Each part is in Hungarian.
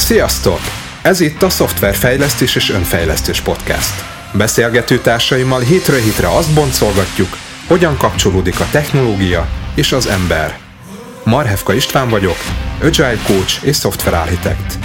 Sziasztok! Ez itt a Szoftverfejlesztés és Önfejlesztés Podcast. Beszélgető társaimmal hétről hétre azt boncolgatjuk, hogyan kapcsolódik a technológia és az ember. Marhevka István vagyok, Agile Coach és Software Architect.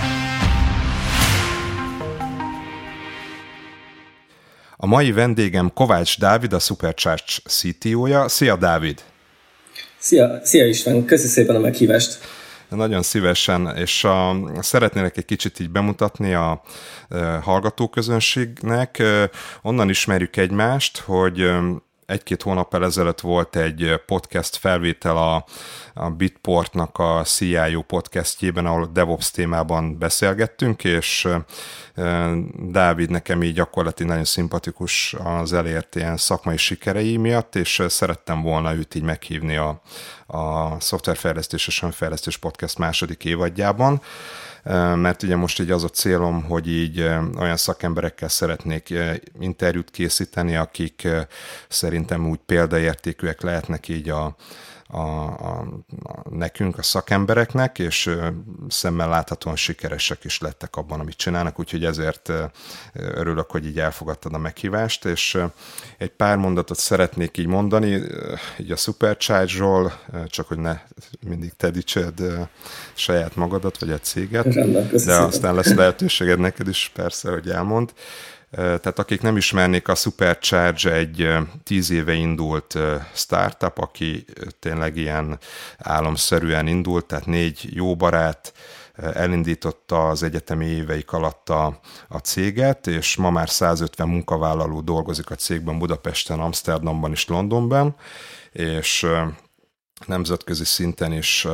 A mai vendégem Kovács Dávid, a Supercharge CTO-ja. Szia, Dávid! Szia István, köszi szépen a meghívást! Nagyon szívesen, és szeretnélek egy kicsit így bemutatni a hallgatóközönségnek. Onnan ismerjük egymást, hogy egy-két hónappal ezelőtt volt egy podcast felvétel a Bitportnak a CIO podcastjében, ahol DevOps témában beszélgettünk, és Dávid nekem így gyakorlatilag nagyon szimpatikus az elért ilyen szakmai sikerei miatt, és szerettem volna őt így meghívni a Szoftverfejlesztés és Önfejlesztés Podcast második évadjában, mert ugye most így az a célom, hogy így olyan szakemberekkel szeretnék interjút készíteni, akik szerintem úgy példaértékűek lehetnek így nekünk, a szakembereknek, és szemmel láthatóan sikeresek is lettek abban, amit csinálnak, úgyhogy ezért örülök, hogy így elfogadtad a meghívást, és egy pár mondatot szeretnék így mondani, így a Supercharge-ról, csak hogy ne mindig te dicsérd saját magadat, vagy a céget, de aztán lesz lehetőséged neked is persze, hogy elmond. Tehát akik nem ismernék, a Supercharge egy 10 éve indult startup, aki tényleg ilyen álomszerűen indult, tehát 4 jó barát elindította az egyetemi éveik alatt a céget, és ma már 150 munkavállaló dolgozik a cégben Budapesten, Amsterdamban és Londonban, és nemzetközi szinten is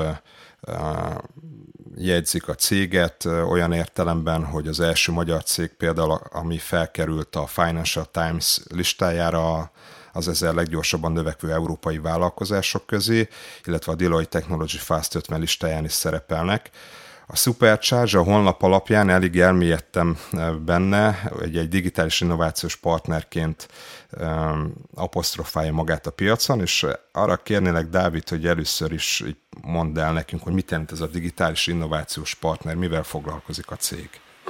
jegyzik a céget olyan értelemben, hogy az első magyar cég például, ami felkerült a Financial Times listájára az 1000 leggyorsabban növekvő európai vállalkozások közé, illetve a Deloitte Technology Fast 50 listáján is szerepelnek. A Supercharge a honlap alapján elég elmélyedtem benne, egy digitális innovációs partnerként apostrofálja magát a piacon, és arra kérnélek, Dávid, hogy először is mondd el nekünk, hogy mit jelent ez a digitális innovációs partner, mivel foglalkozik a cég.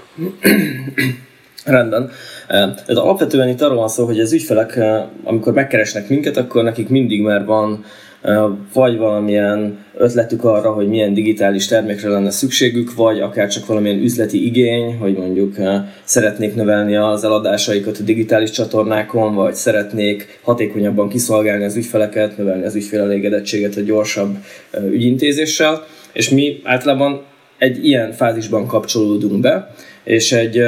Rendben. Ez alapvetően itt arról van szó, hogy az ügyfelek, amikor megkeresnek minket, akkor nekik mindig már van vagy valamilyen ötletük arra, hogy milyen digitális termékre lenne szükségük, vagy akár csak valamilyen üzleti igény, hogy mondjuk szeretnék növelni az eladásaikat a digitális csatornákon, vagy szeretnék hatékonyabban kiszolgálni az ügyfeleket, növelni az ügyfélelégedettséget a gyorsabb ügyintézéssel, és mi általában egy ilyen fázisban kapcsolódunk be, és egy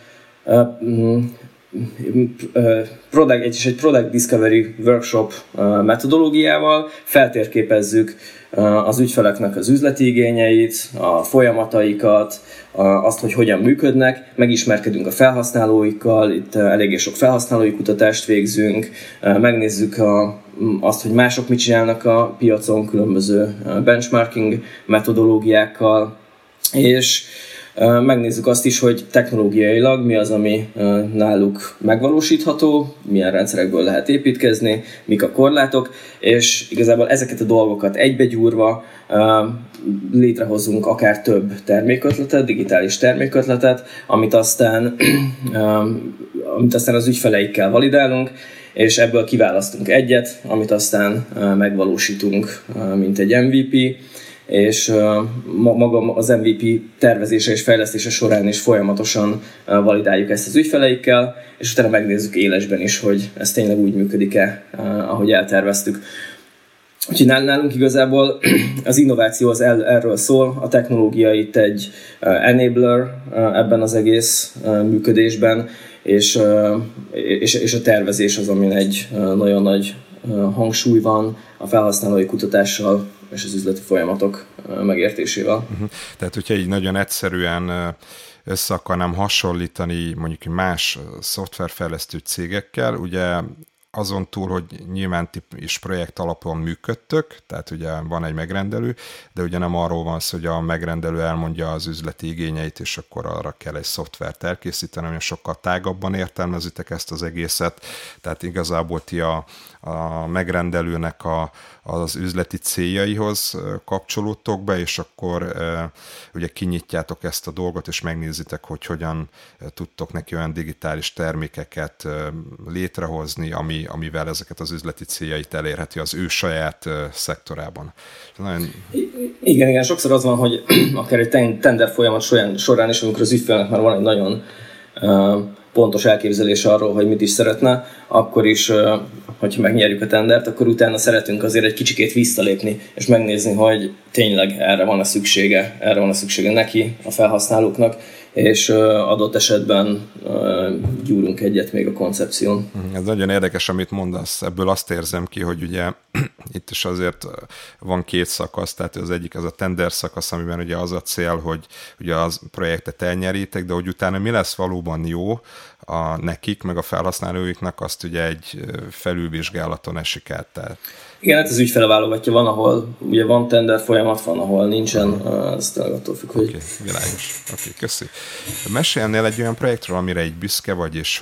Product Discovery Workshop metodológiával feltérképezzük az ügyfeleknek az üzleti igényeit, a folyamataikat, azt, hogy hogyan működnek, megismerkedünk a felhasználóikkal, itt eléggé sok felhasználói kutatást végzünk, megnézzük azt, hogy mások mit csinálnak a piacon különböző benchmarking metodológiákkal, és megnézzük azt is, hogy technológiailag mi az, ami náluk megvalósítható, milyen rendszerekből lehet építkezni, mik a korlátok, és igazából ezeket a dolgokat egybegyúrva létrehozunk akár több termékötletet, digitális termékötletet, amit aztán az ügyfeleikkel validálunk, és ebből kiválasztunk egyet, amit aztán megvalósítunk, mint egy MVP, és maga az MVP tervezése és fejlesztése során is folyamatosan validáljuk ezt az ügyfeleikkel, és utána megnézzük élesben is, hogy ez tényleg úgy működik-e, ahogy elterveztük. Úgyhogy nálunk igazából az innováció az erről szól, a technológia itt egy enabler ebben az egész működésben, és a tervezés az, amin egy nagyon nagy hangsúly van a felhasználói kutatással és az üzleti folyamatok megértésével. Tehát, hogyha így nagyon egyszerűen össze akarnám hasonlítani mondjuk más szoftverfejlesztő cégekkel, ugye azon túl, hogy nyilván ti is projekt alapon működtök, tehát ugye van egy megrendelő, de ugye nem arról van szó, hogy a megrendelő elmondja az üzleti igényeit, és akkor arra kell egy szoftvert elkészíteni, hanem sokkal tágabban értelmezitek ezt az egészet, tehát igazából ti a megrendelőnek az üzleti céljaihoz kapcsolódtok be, és akkor ugye kinyitjátok ezt a dolgot, és megnézitek, hogy hogyan tudtok neki olyan digitális termékeket létrehozni, amivel ezeket az üzleti céljait elérheti az ő saját szektorában. Nagyon... Igen, sokszor az van, hogy akár egy tender folyamat során is, amikor az ügyfélnek már van egy nagyon pontos elképzelés arról, hogy mit is szeretne, akkor is, hogyha megnyerjük a tendert, akkor utána szeretünk azért egy kicsikét visszalépni, és megnézni, hogy tényleg erre van a szüksége neki, a felhasználóknak, és adott esetben gyúrunk egyet még a koncepción. Ez nagyon érdekes, amit mondasz. Ebből azt érzem ki, hogy ugye itt is azért van két szakasz, tehát az egyik az a tender szakasz, amiben ugye az a cél, hogy ugye az projektet elnyeritek, de hogy utána mi lesz valóban jó nekik, meg a felhasználóiknak, azt ugye egy felülvizsgálaton esik át. Tehát. Igen, hát az ügyfele válogatja, van, ahol ugye van tender folyamat, van, ahol nincsen, ez tényleg attól függ, hogy... Oké, világos. Oké, köszi. Mesélnél egy olyan projektről, amire egy büszke vagy, és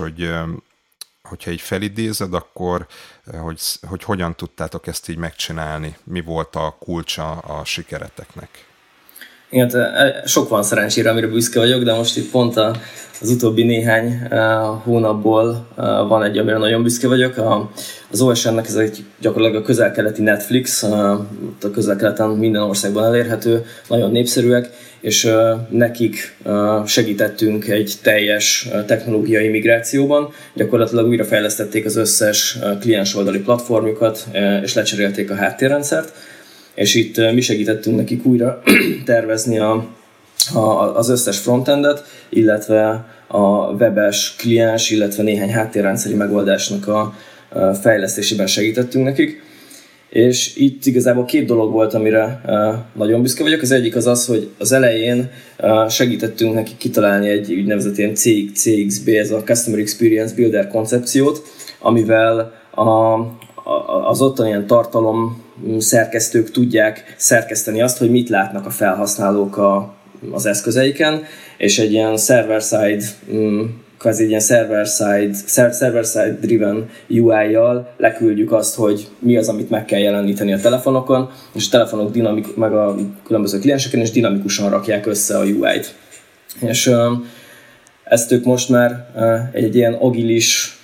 hogyha így felidézed, akkor hogy hogyan tudtátok ezt így megcsinálni? Mi volt a kulcsa a sikereteknek? Igen, sok van szerencsére, amire büszke vagyok, de most itt pont az utóbbi néhány hónapból van egy, amire nagyon büszke vagyok. Az OSN-nek ez gyakorlatilag a közel-keleti Netflix, a közel-keleten minden országban elérhető, nagyon népszerűek, és nekik segítettünk egy teljes technológiai migrációban. Gyakorlatilag újra fejlesztették az összes kliensoldali platformjukat, és lecserélték a háttérrendszert. És itt mi segítettünk nekik újra tervezni az összes frontendet, illetve a webes kliens, illetve néhány háttérrendszeri megoldásnak a fejlesztésében segítettünk nekik. És itt igazából két dolog volt, amire nagyon büszke vagyok. Az egyik az, hogy az elején segítettünk nekik kitalálni egy úgynevezett ilyen CXB, ez a Customer Experience Builder koncepciót, amivel az ottani ilyen tartalom szerkesztők tudják szerkeszteni azt, hogy mit látnak a felhasználók az eszközeiken, és egy ilyen server-side, kvázi egy ilyen server-side driven UI-jal leküldjük azt, hogy mi az, amit meg kell jeleníteni a telefonokon, és a telefonok meg a különböző klienseken is dinamikusan rakják össze a UI-t. És ezt ők most már egy ilyen agilis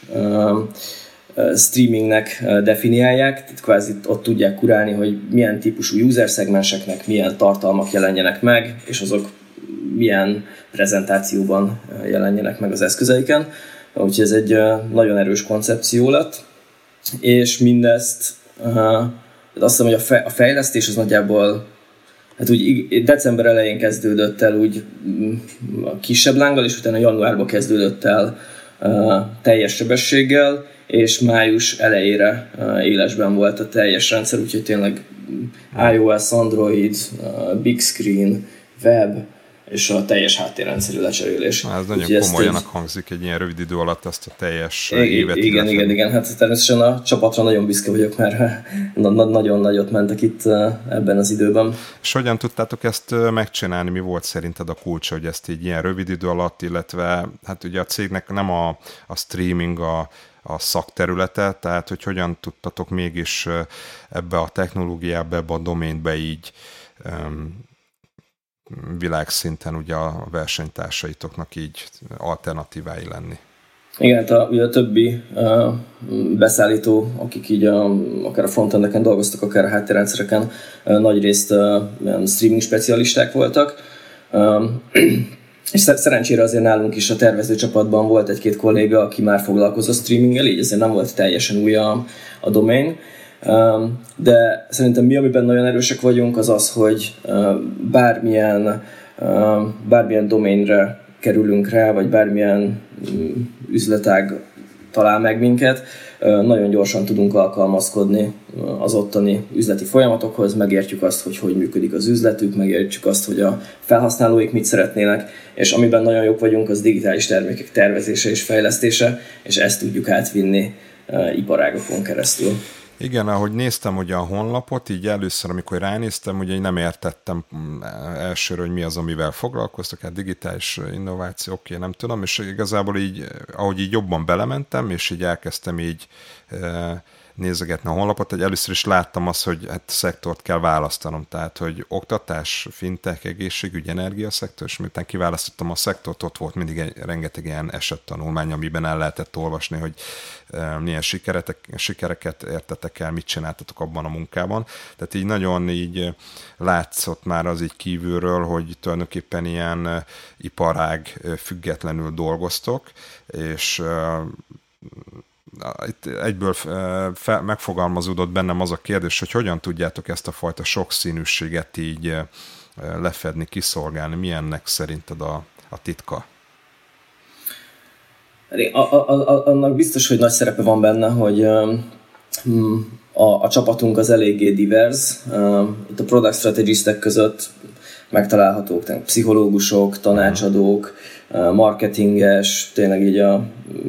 streamingnek definiálják, tehát kvázi ott tudják kurálni, hogy milyen típusú user szegmenseknek milyen tartalmak jelenjenek meg, és azok milyen prezentációban jelenjenek meg az eszközeiken. Úgyhogy ez egy nagyon erős koncepció lett, és mindezt azt hiszem, hogy a fejlesztés az nagyjából hát úgy december elején kezdődött el úgy kisebb lánggal, és utána januárban kezdődött el teljes sebességgel, és május elejére élesben volt a teljes rendszer, úgyhogy tényleg iOS, Android, Big Screen, Web és a teljes háttérrendszerű lecserélés. Ez nagyon komolyanak hangzik egy ilyen rövid idő alatt ezt a teljes évet. Igen. Hát természetesen a csapatra nagyon büszke vagyok, mert nagyon nagyot mentek itt ebben az időben. És hogyan tudtátok ezt megcsinálni? Mi volt szerinted a kulcsa, hogy ezt így ilyen rövid idő alatt, illetve hát ugye a cégnek nem a streaming a szakterülete, tehát hogy hogyan tudtatok mégis ebbe a technológiába, ebbe a doménbe így világszinten ugye a versenytársaitoknak így alternatívái lenni. Igen, ugye a többi beszállító, akik így akár a frontendeken dolgoztak, akár a háttérrendszereken, nagyrészt streaming specialisták voltak. És szerencsére azért nálunk is a tervező csapatban volt egy-két kolléga, aki már foglalkozott streaminggel, így azért nem volt teljesen új a domain. De szerintem mi, amiben nagyon erősek vagyunk, az, hogy bármilyen domainre kerülünk rá, vagy bármilyen üzletág talál meg minket, nagyon gyorsan tudunk alkalmazkodni az ottani üzleti folyamatokhoz, megértjük azt, hogy működik az üzletük, megértjük azt, hogy a felhasználóik mit szeretnének, és amiben nagyon jók vagyunk, az digitális termékek tervezése és fejlesztése, és ezt tudjuk átvinni iparágokon keresztül. Igen, ahogy néztem ugye a honlapot, így először, amikor ránéztem, ugye én nem értettem elsőre, hogy mi az, amivel foglalkoztak, hát digitális innováció, oké, nem tudom, és igazából így, ahogy így jobban belementem, és így elkezdtem így nézegetni a honlapot, hogy először is láttam azt, hogy hát szektort kell választanom, tehát, hogy oktatás, fintech, egészségügy, energiaszektor, és miután kiválasztottam a szektort, ott volt mindig rengeteg ilyen esettanulmány, amiben el lehetett olvasni, hogy milyen sikereket értetek el, mit csináltatok abban a munkában. Tehát így nagyon így látszott már az így kívülről, hogy tulajdonképpen ilyen iparág függetlenül dolgoztok, és itt egyből megfogalmazódott bennem az a kérdés, hogy hogyan tudjátok ezt a fajta sokszínűséget így lefedni, kiszolgálni. Mi ennek szerinted a titka? Annak biztos, hogy nagy szerepe van benne, hogy a csapatunk az eléggé divers. Itt a product strategistek között megtalálhatók pszichológusok, tanácsadók, marketinges, tényleg így a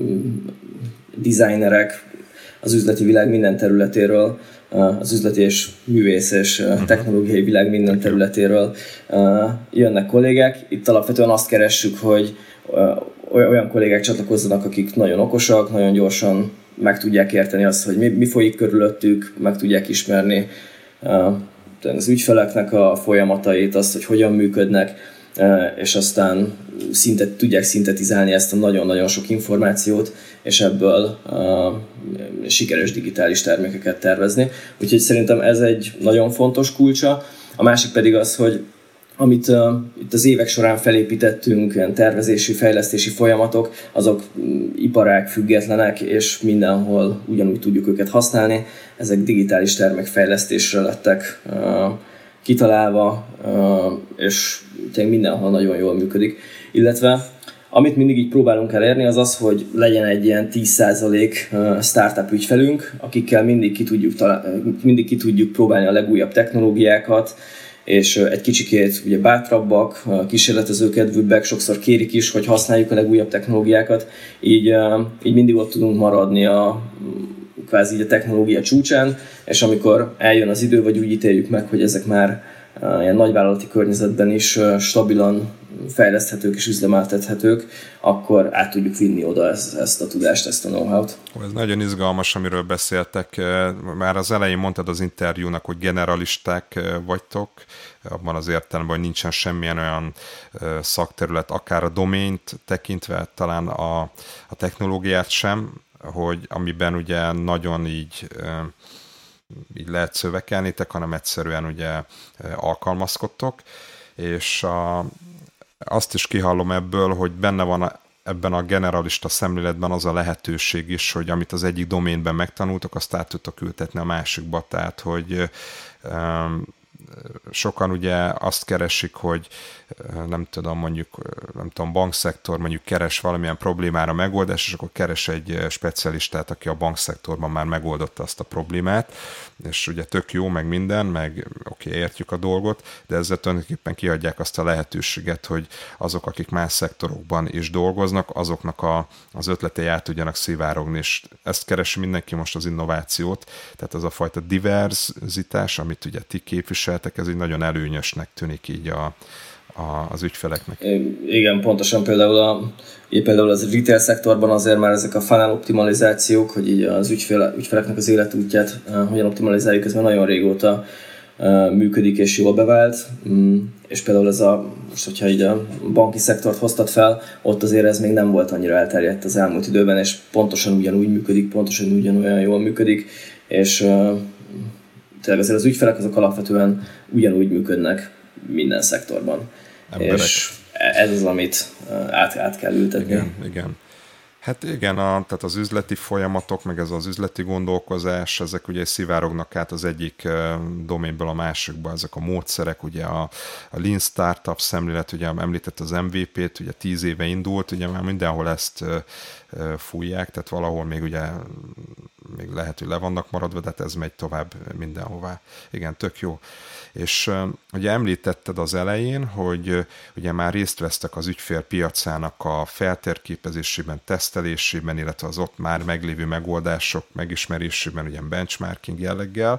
designerek az üzleti világ minden területéről, az üzleti és művész és technológiai világ minden területéről jönnek kollégák. Itt alapvetően azt keressük, hogy olyan kollégák csatlakozzanak, akik nagyon okosak, nagyon gyorsan meg tudják érteni azt, hogy mi folyik körülöttük, meg tudják ismerni az ügyfeleknek a folyamatait, azt, hogy hogyan működnek, és aztán tudják szintetizálni ezt a nagyon-nagyon sok információt, és ebből sikeres digitális termékeket tervezni. Úgyhogy szerintem ez egy nagyon fontos kulcsa. A másik pedig az, hogy amit itt az évek során felépítettünk, ilyen tervezési, fejlesztési folyamatok, azok iparág függetlenek, és mindenhol ugyanúgy tudjuk őket használni. Ezek digitális termékfejlesztésre lettek kitalálva, és mindenhol nagyon jól működik. Illetve amit mindig így próbálunk elérni, az az, hogy legyen egy ilyen 10% startup ügyfelünk, akikkel mindig ki tudjuk próbálni a legújabb technológiákat, és egy kicsikét ugye bátrabbak, kísérletezőkedvűbbek, sokszor kérik is, hogy használjuk a legújabb technológiákat, így mindig ott tudunk maradni kvázi a technológia csúcsán, és amikor eljön az idő, vagy úgy ítéljük meg, hogy ezek már ilyen nagyvállalati környezetben is stabilan fejleszthetők és üzemeltethetők, akkor át tudjuk vinni oda ezt a tudást, ezt a know-how-t. Ez nagyon izgalmas, amiről beszéltek. Már az elején mondtad az interjúnak, hogy generalisták vagytok, abban az értelemben, hogy nincsen semmilyen olyan szakterület, akár a domént tekintve, talán a technológiát sem, hogy amiben ugye nagyon így lehet szövekelnétek, hanem egyszerűen ugye alkalmazkodtok, és azt is kihallom ebből, hogy benne van ebben a generalista szemléletben az a lehetőség is, hogy amit az egyik doménben megtanultok, azt át tudtok ültetni a másikba, tehát hogy sokan ugye azt keresik, hogy nem tudom, bankszektor mondjuk keres valamilyen problémára megoldást, és akkor keres egy specialistát, aki a bankszektorban már megoldotta azt a problémát, és ugye tök jó, meg minden, meg oké, értjük a dolgot, de ezzel tulajdonképpen kiadják azt a lehetőséget, hogy azok, akik más szektorokban is dolgoznak, azoknak az ötletei át tudjanak szivárogni, és ezt keresi mindenki most az innovációt, tehát az a fajta diverzitás, amit ugye ti képviseltek, ez így nagyon előnyösnek tűnik így az ügyfeleknek. Igen, pontosan például az retail szektorban azért már ezek a funnel optimalizációk, hogy így az ügyfeleknek az életútját hogyan optimalizáljuk, ez már nagyon régóta működik és jól bevált, és például most hogyha így a banki szektort hoztad fel, ott azért ez még nem volt annyira elterjedt az elmúlt időben, és pontosan ugyanúgy működik, pontosan ugyanolyan jól működik, és tényleg azért az ügyfelek azok alapvetően ugyanúgy működnek minden szektorban. Emberek. És ez az, amit át kell ültetni. Igen. Hát igen, tehát az üzleti folyamatok, meg ez az üzleti gondolkozás, ezek ugye szivárognak át az egyik doménből a másikba, ezek a módszerek, ugye a Lean Startup szemlélet, ugye említett az MVP-t, ugye 10 éve indult, ugye már mindenhol ezt fújják, tehát valahol még ugye még lehet, hogy le vannak maradva, de hát ez megy tovább mindenhová. Igen, tök jó. És ugye említetted az elején, hogy ugye már részt vesztek az ügyfélpiacának a feltérképezésében, tesztelésében, illetve az ott már meglévő megoldások megismerésében, ugye benchmarking jelleggel.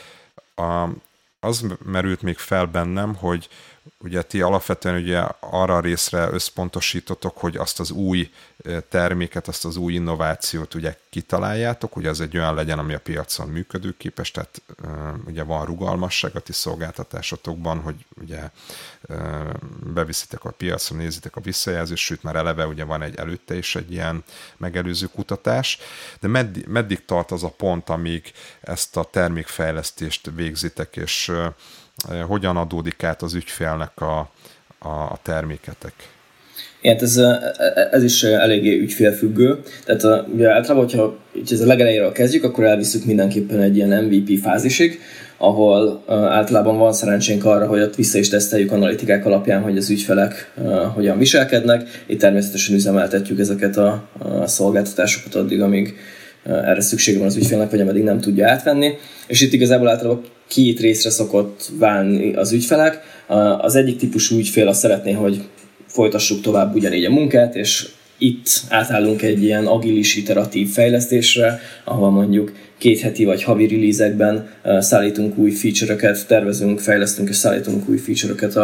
Az merült még fel bennem, hogy ugye ti alapvetően ugye arra a részre összpontosítotok, hogy azt az új terméket, azt az új innovációt ugye kitaláljátok, ugye az egy olyan legyen, ami a piacon működőképes, tehát ugye van rugalmasság a ti szolgáltatásotokban, hogy ugye beviszitek a piacra, nézitek a visszajelzést, sőt már eleve ugye van előtte is egy ilyen megelőző kutatás, de meddig tart az a pont, amíg ezt a termékfejlesztést végzitek, és hogyan adódik át az ügyfélnek a terméketek? Igen, ez is eléggé ügyfélfüggő. Tehát ugye általában, hogyha ez a legelejéről kezdjük, akkor elviszük mindenképpen egy ilyen MVP fázisig, ahol általában van szerencsénk arra, hogy ott vissza is teszteljük analitikák alapján, hogy az ügyfelek hogyan viselkednek. Itt természetesen üzemeltetjük ezeket a szolgáltatásokat addig, amíg erre szüksége van az ügyfélnek, vagy ameddig nem tudja átvenni. És itt igazából általában 2 részre szokott válni az ügyfelek. Az egyik típusú ügyfél azt szeretné, hogy folytassuk tovább ugyanígy a munkát, és itt átállunk egy ilyen agilis iteratív fejlesztésre, ahol mondjuk 2 heti vagy havi release-ekben szállítunk új feature-öket, tervezünk, fejlesztünk és szállítunk új feature-öket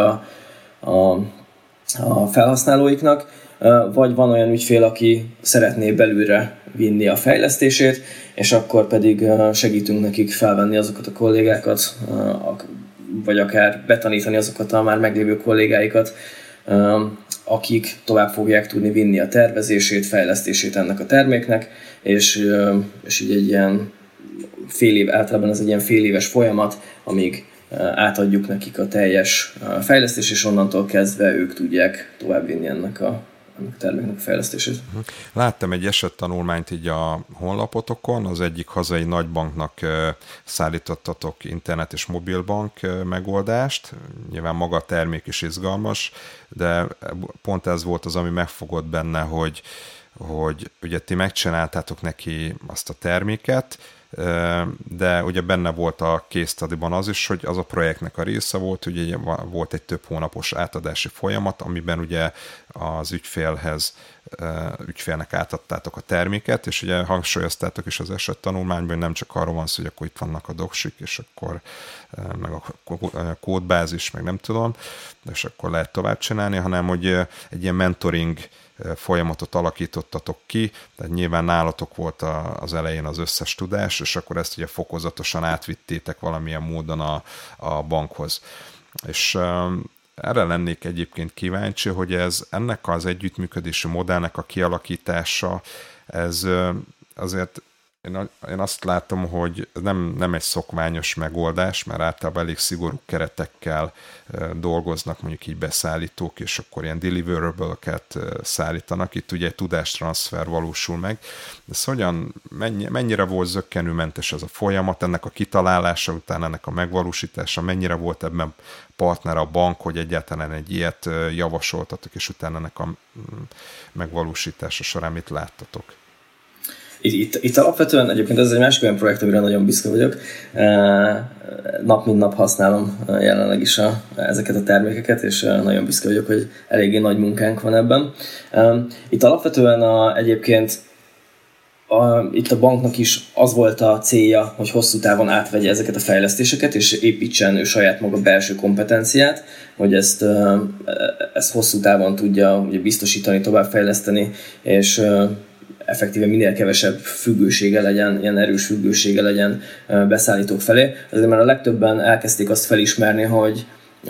a felhasználóiknak, vagy van olyan ügyfél, aki szeretné belülre vinni a fejlesztését, és akkor pedig segítünk nekik felvenni azokat a kollégákat, vagy akár betanítani azokat a már meglévő kollégáikat, akik tovább fogják tudni vinni a tervezését, fejlesztését ennek a terméknek, és így egy ilyen általában ez egy ilyen fél éves folyamat, amíg átadjuk nekik a teljes fejlesztést, és onnantól kezdve ők tudják továbbvinni ennek a terméknek a fejlesztését. Láttam egy esettanulmányt így a honlapotokon, az egyik hazai nagybanknak szállítottatok internet és mobilbank megoldást, nyilván maga a termék is izgalmas, de pont ez volt az, ami megfogott benne, hogy ugye ti megcsináltátok neki azt a terméket, de ugye benne volt a case study-ban az is, hogy az a projektnek a része volt, ugye volt egy több hónapos átadási folyamat, amiben ugye az ügyfélnek átadtátok a terméket, és ugye hangsúlyoztátok is az esettanulmányban, hogy nem csak arról van szó, hogy akkor itt vannak a doksik, és akkor meg a kódbázis, meg nem tudom, és akkor lehet tovább csinálni, hanem hogy egy ilyen mentoring folyamatot alakítottatok ki, tehát nyilván nálatok volt az elején az összes tudás, és akkor ezt ugye fokozatosan átvittétek valamilyen módon a bankhoz. És erre lennék egyébként kíváncsi, hogy ennek az együttműködési modellnek a kialakítása, ez azért én azt látom, hogy nem egy szokványos megoldás, mert általában elég szigorú keretekkel dolgoznak, mondjuk így beszállítók, és akkor ilyen deliverable-öket szállítanak. Itt ugye egy tudástranszfer valósul meg. Ez mennyire volt zökkenőmentes ez a folyamat, ennek a kitalálása után, ennek a megvalósítása, mennyire volt ebben partner a bank, hogy egyáltalán egy ilyet javasoltatok, és utána ennek a megvalósítása során mit láttatok? Itt alapvetően egyébként ez egy másik olyan projekt, amire nagyon büszke vagyok. Nap mint nap használom jelenleg is ezeket a termékeket, és nagyon büszke vagyok, hogy eléggé nagy munkánk van ebben. Itt alapvetően egyébként itt a banknak is az volt a célja, hogy hosszú távon átvegye ezeket a fejlesztéseket, és építsen ő saját maga belső kompetenciát, hogy ezt hosszú távon tudja ugye biztosítani, továbbfejleszteni, és effektíven minél kevesebb függősége legyen, ilyen erős függősége legyen beszállítók felé. Azért már a legtöbben elkezdték azt felismerni, hogy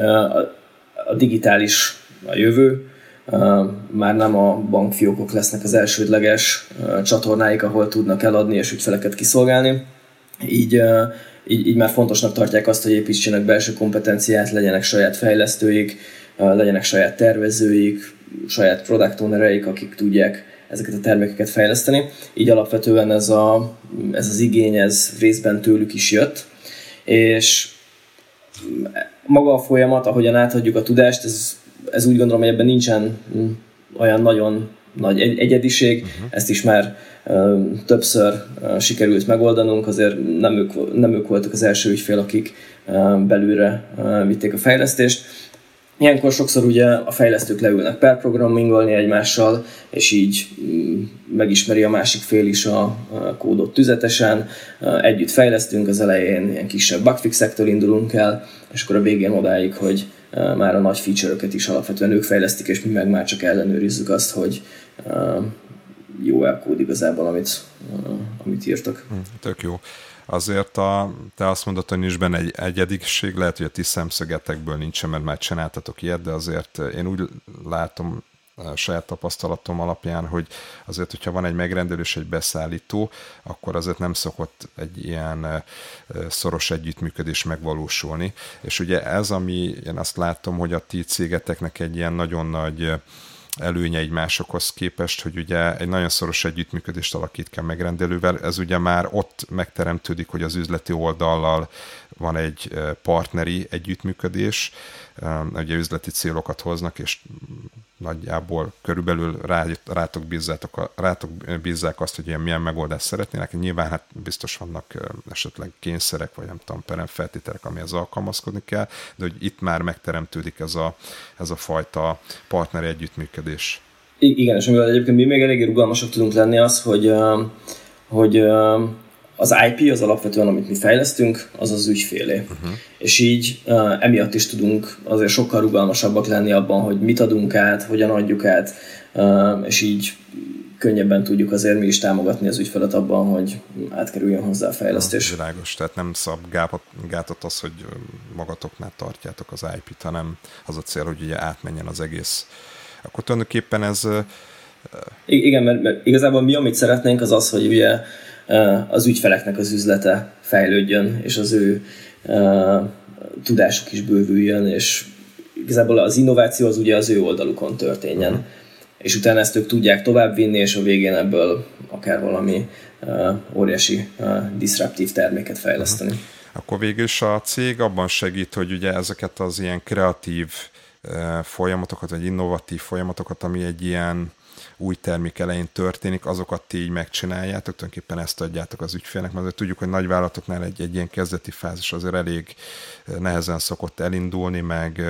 a digitális a jövő, már nem a bankfiókok lesznek az elsődleges csatornáik, ahol tudnak eladni és ügyfeleket kiszolgálni. Így már fontosnak tartják azt, hogy építsenek belső kompetenciát, legyenek saját fejlesztőik, legyenek saját tervezőik, saját product ownereik, akik tudják ezeket a termékeket fejleszteni. Így alapvetően ez az igény, ez részben tőlük is jött, és maga a folyamat, ahogyan átadjuk a tudást, ez úgy gondolom, hogy ebben nincsen olyan nagyon nagy egyediség, ezt is már többször sikerült megoldanunk, azért nem ők voltak az első ügyfél, akik belülre vitték a fejlesztést. Ilyenkor sokszor ugye a fejlesztők leülnek pair-programmingolni egymással, és így megismeri a másik fél is a kódot tüzetesen. Együtt fejlesztünk, az elején ilyen kisebb bugfixektől indulunk el, és akkor a végén odáig, hogy már a nagy feature-öket is alapvetően ők fejlesztik, és mi meg már csak ellenőrizzük azt, hogy jó elkód igazából, amit írtak. Tök jó. Azért te azt mondod, hogy nincs benne egy egyedigség, lehet, hogy a ti szemszögetekből nincsen, mert már csináltatok ilyet, de azért én úgy látom a saját tapasztalatom alapján, hogy azért, hogyha van egy megrendelő és egy beszállító, akkor azért nem szokott egy ilyen szoros együttműködés megvalósulni. És ugye ez, ami én azt látom, hogy a ti cégeteknek egy ilyen nagyon nagy előnye egymásokhoz képest, hogy ugye egy nagyon szoros együttműködést alakít ki a megrendelővel, ez ugye már ott megteremtődik, hogy az üzleti oldallal van egy partneri együttműködés, ugye üzleti célokat hoznak, és nagyjából körülbelül rátok bízzák azt, hogy ilyen milyen megoldást szeretnének. Nyilván hát biztos vannak esetleg kényszerek, vagy nem tudom, peremfeltételek, amihez alkalmazkodni kell, de hogy itt már megteremtődik ez a fajta partneri együttműködés. Igen, és amivel egyébként mi még eléggé rugalmasak tudunk lenni az, hogy az IP az alapvetően, amit mi fejlesztünk, az az ügyfélé. És így emiatt is tudunk azért sokkal rugalmasabbak lenni abban, hogy mit adunk át, hogyan adjuk át, és így könnyebben tudjuk azért mi is támogatni az ügyfelet abban, hogy átkerüljön hozzá a fejlesztés. Világos, tehát nem szab gátot az, hogy magatoknál tartjátok az IP-t, hanem az a cél, hogy ugye átmenjen az egész. Akkor tulajdonképpen ez... Igen, mert igazából mi, amit szeretnénk, az az, hogy ugye az ügyfeleknek az üzlete fejlődjön, és az ő tudásuk is bővüljön, és igazából az innováció az ugye az ő oldalukon történjen. És utána ezt ők tudják továbbvinni, és a végén ebből akár valami óriási diszruptív terméket fejleszteni. Akkor végül is a cég abban segít, hogy ugye ezeket az ilyen kreatív folyamatokat, vagy innovatív folyamatokat, ami egy ilyen új termék elején történik, azokat ti így megcsináljátok, tulajdonképpen ezt adjátok az ügyfélnek, mert tudjuk, hogy nagyvállalatoknál egy ilyen kezdeti fázis azért elég nehezen szokott elindulni, meg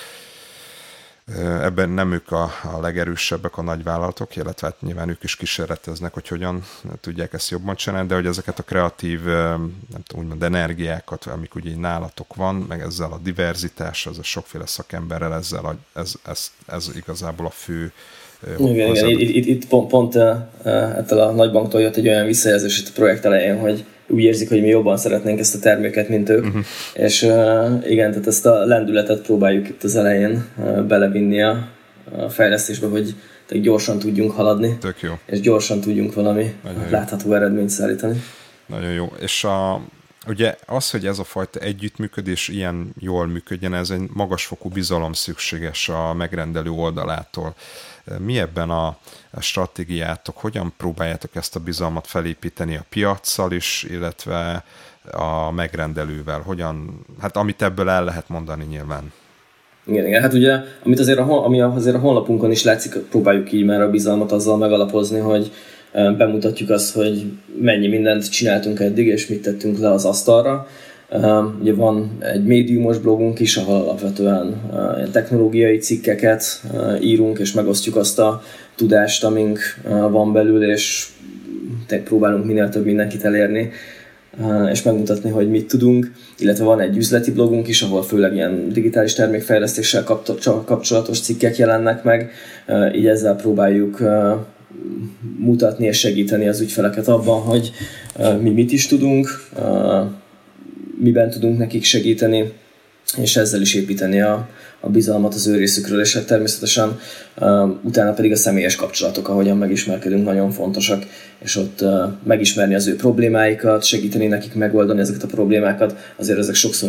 ebben nem ők a legerősebbek a nagyvállalatok, illetve hát nyilván ők is kísérleteznek, hogy hogyan tudják ezt jobban csinálni, de hogy ezeket a kreatív, nem tudom, úgymond energiákat, amik ugye nálatok van, meg ezzel a diverzitás, az a sokféle szakemberrel, ez igazából a fő. Igen, itt pont ettől a nagybanktól jött egy olyan visszajelzés itt a projekt elején, hogy úgy érzik, hogy mi jobban szeretnénk ezt a terméket, mint ők. És igen, tehát ezt a lendületet próbáljuk itt az elején belevinni a fejlesztésbe, hogy gyorsan tudjunk haladni. Tök jó. És gyorsan tudjunk valami látható eredményt szállítani. Nagyon jó. És ugye az, hogy ez a fajta együttműködés ilyen jól működjen, ez egy magasfokú bizalom szükséges a megrendelő oldalától. Mi ebben a stratégiátok? Hogyan próbáljátok ezt a bizalmat felépíteni a piaccal is, illetve a megrendelővel? Hogyan, hát amit ebből el lehet mondani nyilván. Igen, hát ugye, ami azért a honlapunkon is látszik, próbáljuk így már a bizalmat azzal megalapozni, hogy bemutatjuk azt, hogy mennyi mindent csináltunk eddig, és mit tettünk le az asztalra. Ugye van egy médiumos blogunk is, ahol alapvetően ilyen technológiai cikkeket írunk, és megosztjuk azt a tudást, amink van belül, és próbálunk minél több mindenkit elérni, és megmutatni, hogy mit tudunk. Illetve van egy üzleti blogunk is, ahol főleg ilyen digitális termékfejlesztéssel kapcsolatos cikkek jelennek meg. Így ezzel próbáljuk mutatni és segíteni az ügyfeleket abban, hogy mi mit is tudunk, miben tudunk nekik segíteni, és ezzel is építeni a bizalmat az ő részükről, és természetesen utána pedig a személyes kapcsolatok, ahogyan megismerkedünk, nagyon fontosak, és ott megismerni az ő problémáikat, segíteni nekik megoldani ezeket a problémákat, azért ezek sokszor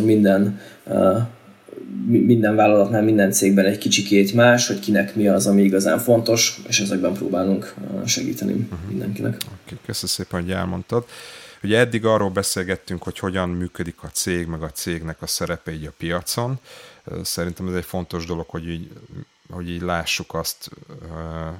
minden vállalatnál, minden cégben egy kicsikét más, hogy kinek mi az, ami igazán fontos, és ezekben próbálunk segíteni mindenkinek. Köszönöm szépen, hogy elmondtad. Ugye eddig arról beszélgettünk, hogy hogyan működik a cég, meg a cégnek a szerepe így a piacon. Szerintem ez egy fontos dolog, hogy így lássuk azt,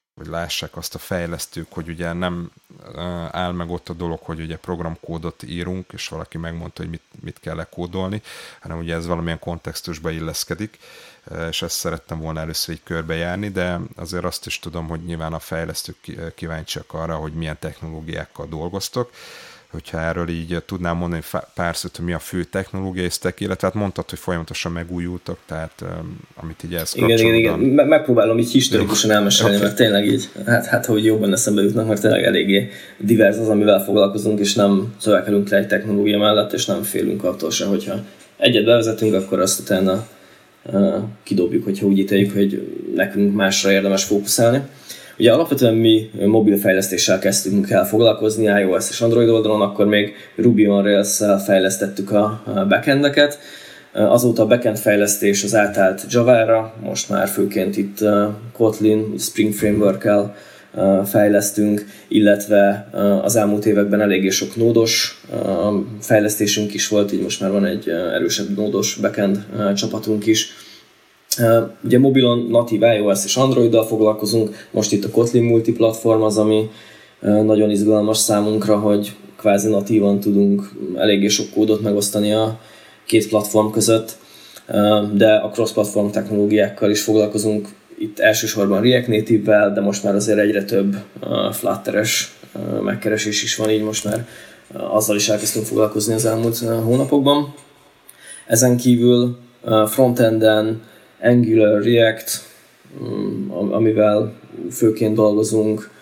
vagy lássák azt a fejlesztők, hogy ugye nem áll meg ott a dolog, hogy ugye programkódot írunk, és valaki megmondta, hogy mit kell lekódolni, hanem ugye ez valamilyen kontextusba illeszkedik, és ezt szerettem volna először így körbejárni, de azért azt is tudom, hogy nyilván a fejlesztők kíváncsiak arra, hogy milyen technológiákkal dolgoztok. Hogyha erről így tudnám mondani pár szót, hogy mi a fő technológiai stack, illetve hát mondtad, hogy folyamatosan megújultak, tehát amit így ezt kapcsolódóan... Igen. Megpróbálom így historikusan elmesélni, okay. Mert tényleg így, hát hogy jobban eszembe jutnak, mert tényleg eléggé divers az, amivel foglalkozunk, és nem szövekelünk le egy technológia mellett, és nem félünk attól se, hogyha egyet bevezetünk, akkor azt utána kidobjuk, hogyha úgy ítéljük, hogy nekünk másra érdemes fókuszálni. Ugye alapvetően mi mobilfejlesztéssel kezdtünk el foglalkozni iOS és Android oldalon, akkor még Ruby on Rails-szel fejlesztettük a backendeket. Azóta a backend fejlesztés az átállt Java-ra, most már főként itt Kotlin, Spring Framework-kel fejlesztünk, illetve az elmúlt években eléggé sok nódos fejlesztésünk is volt, így most már van egy erősebb nódos backend csapatunk is. Ugye mobilon natív iOS és Androiddal foglalkozunk, most itt a Kotlin multiplatform az, ami nagyon izgalmas számunkra, hogy kvázi natívan tudunk eléggé sok kódot megosztani a két platform között, de a cross-platform technológiákkal is foglalkozunk, itt elsősorban React Native-vel, de most már azért egyre több Flutter-es megkeresés is van, így most már azzal is elkezdtünk foglalkozni az elmúlt hónapokban. Ezen kívül frontenden Angular, React, amivel főként dolgozunk.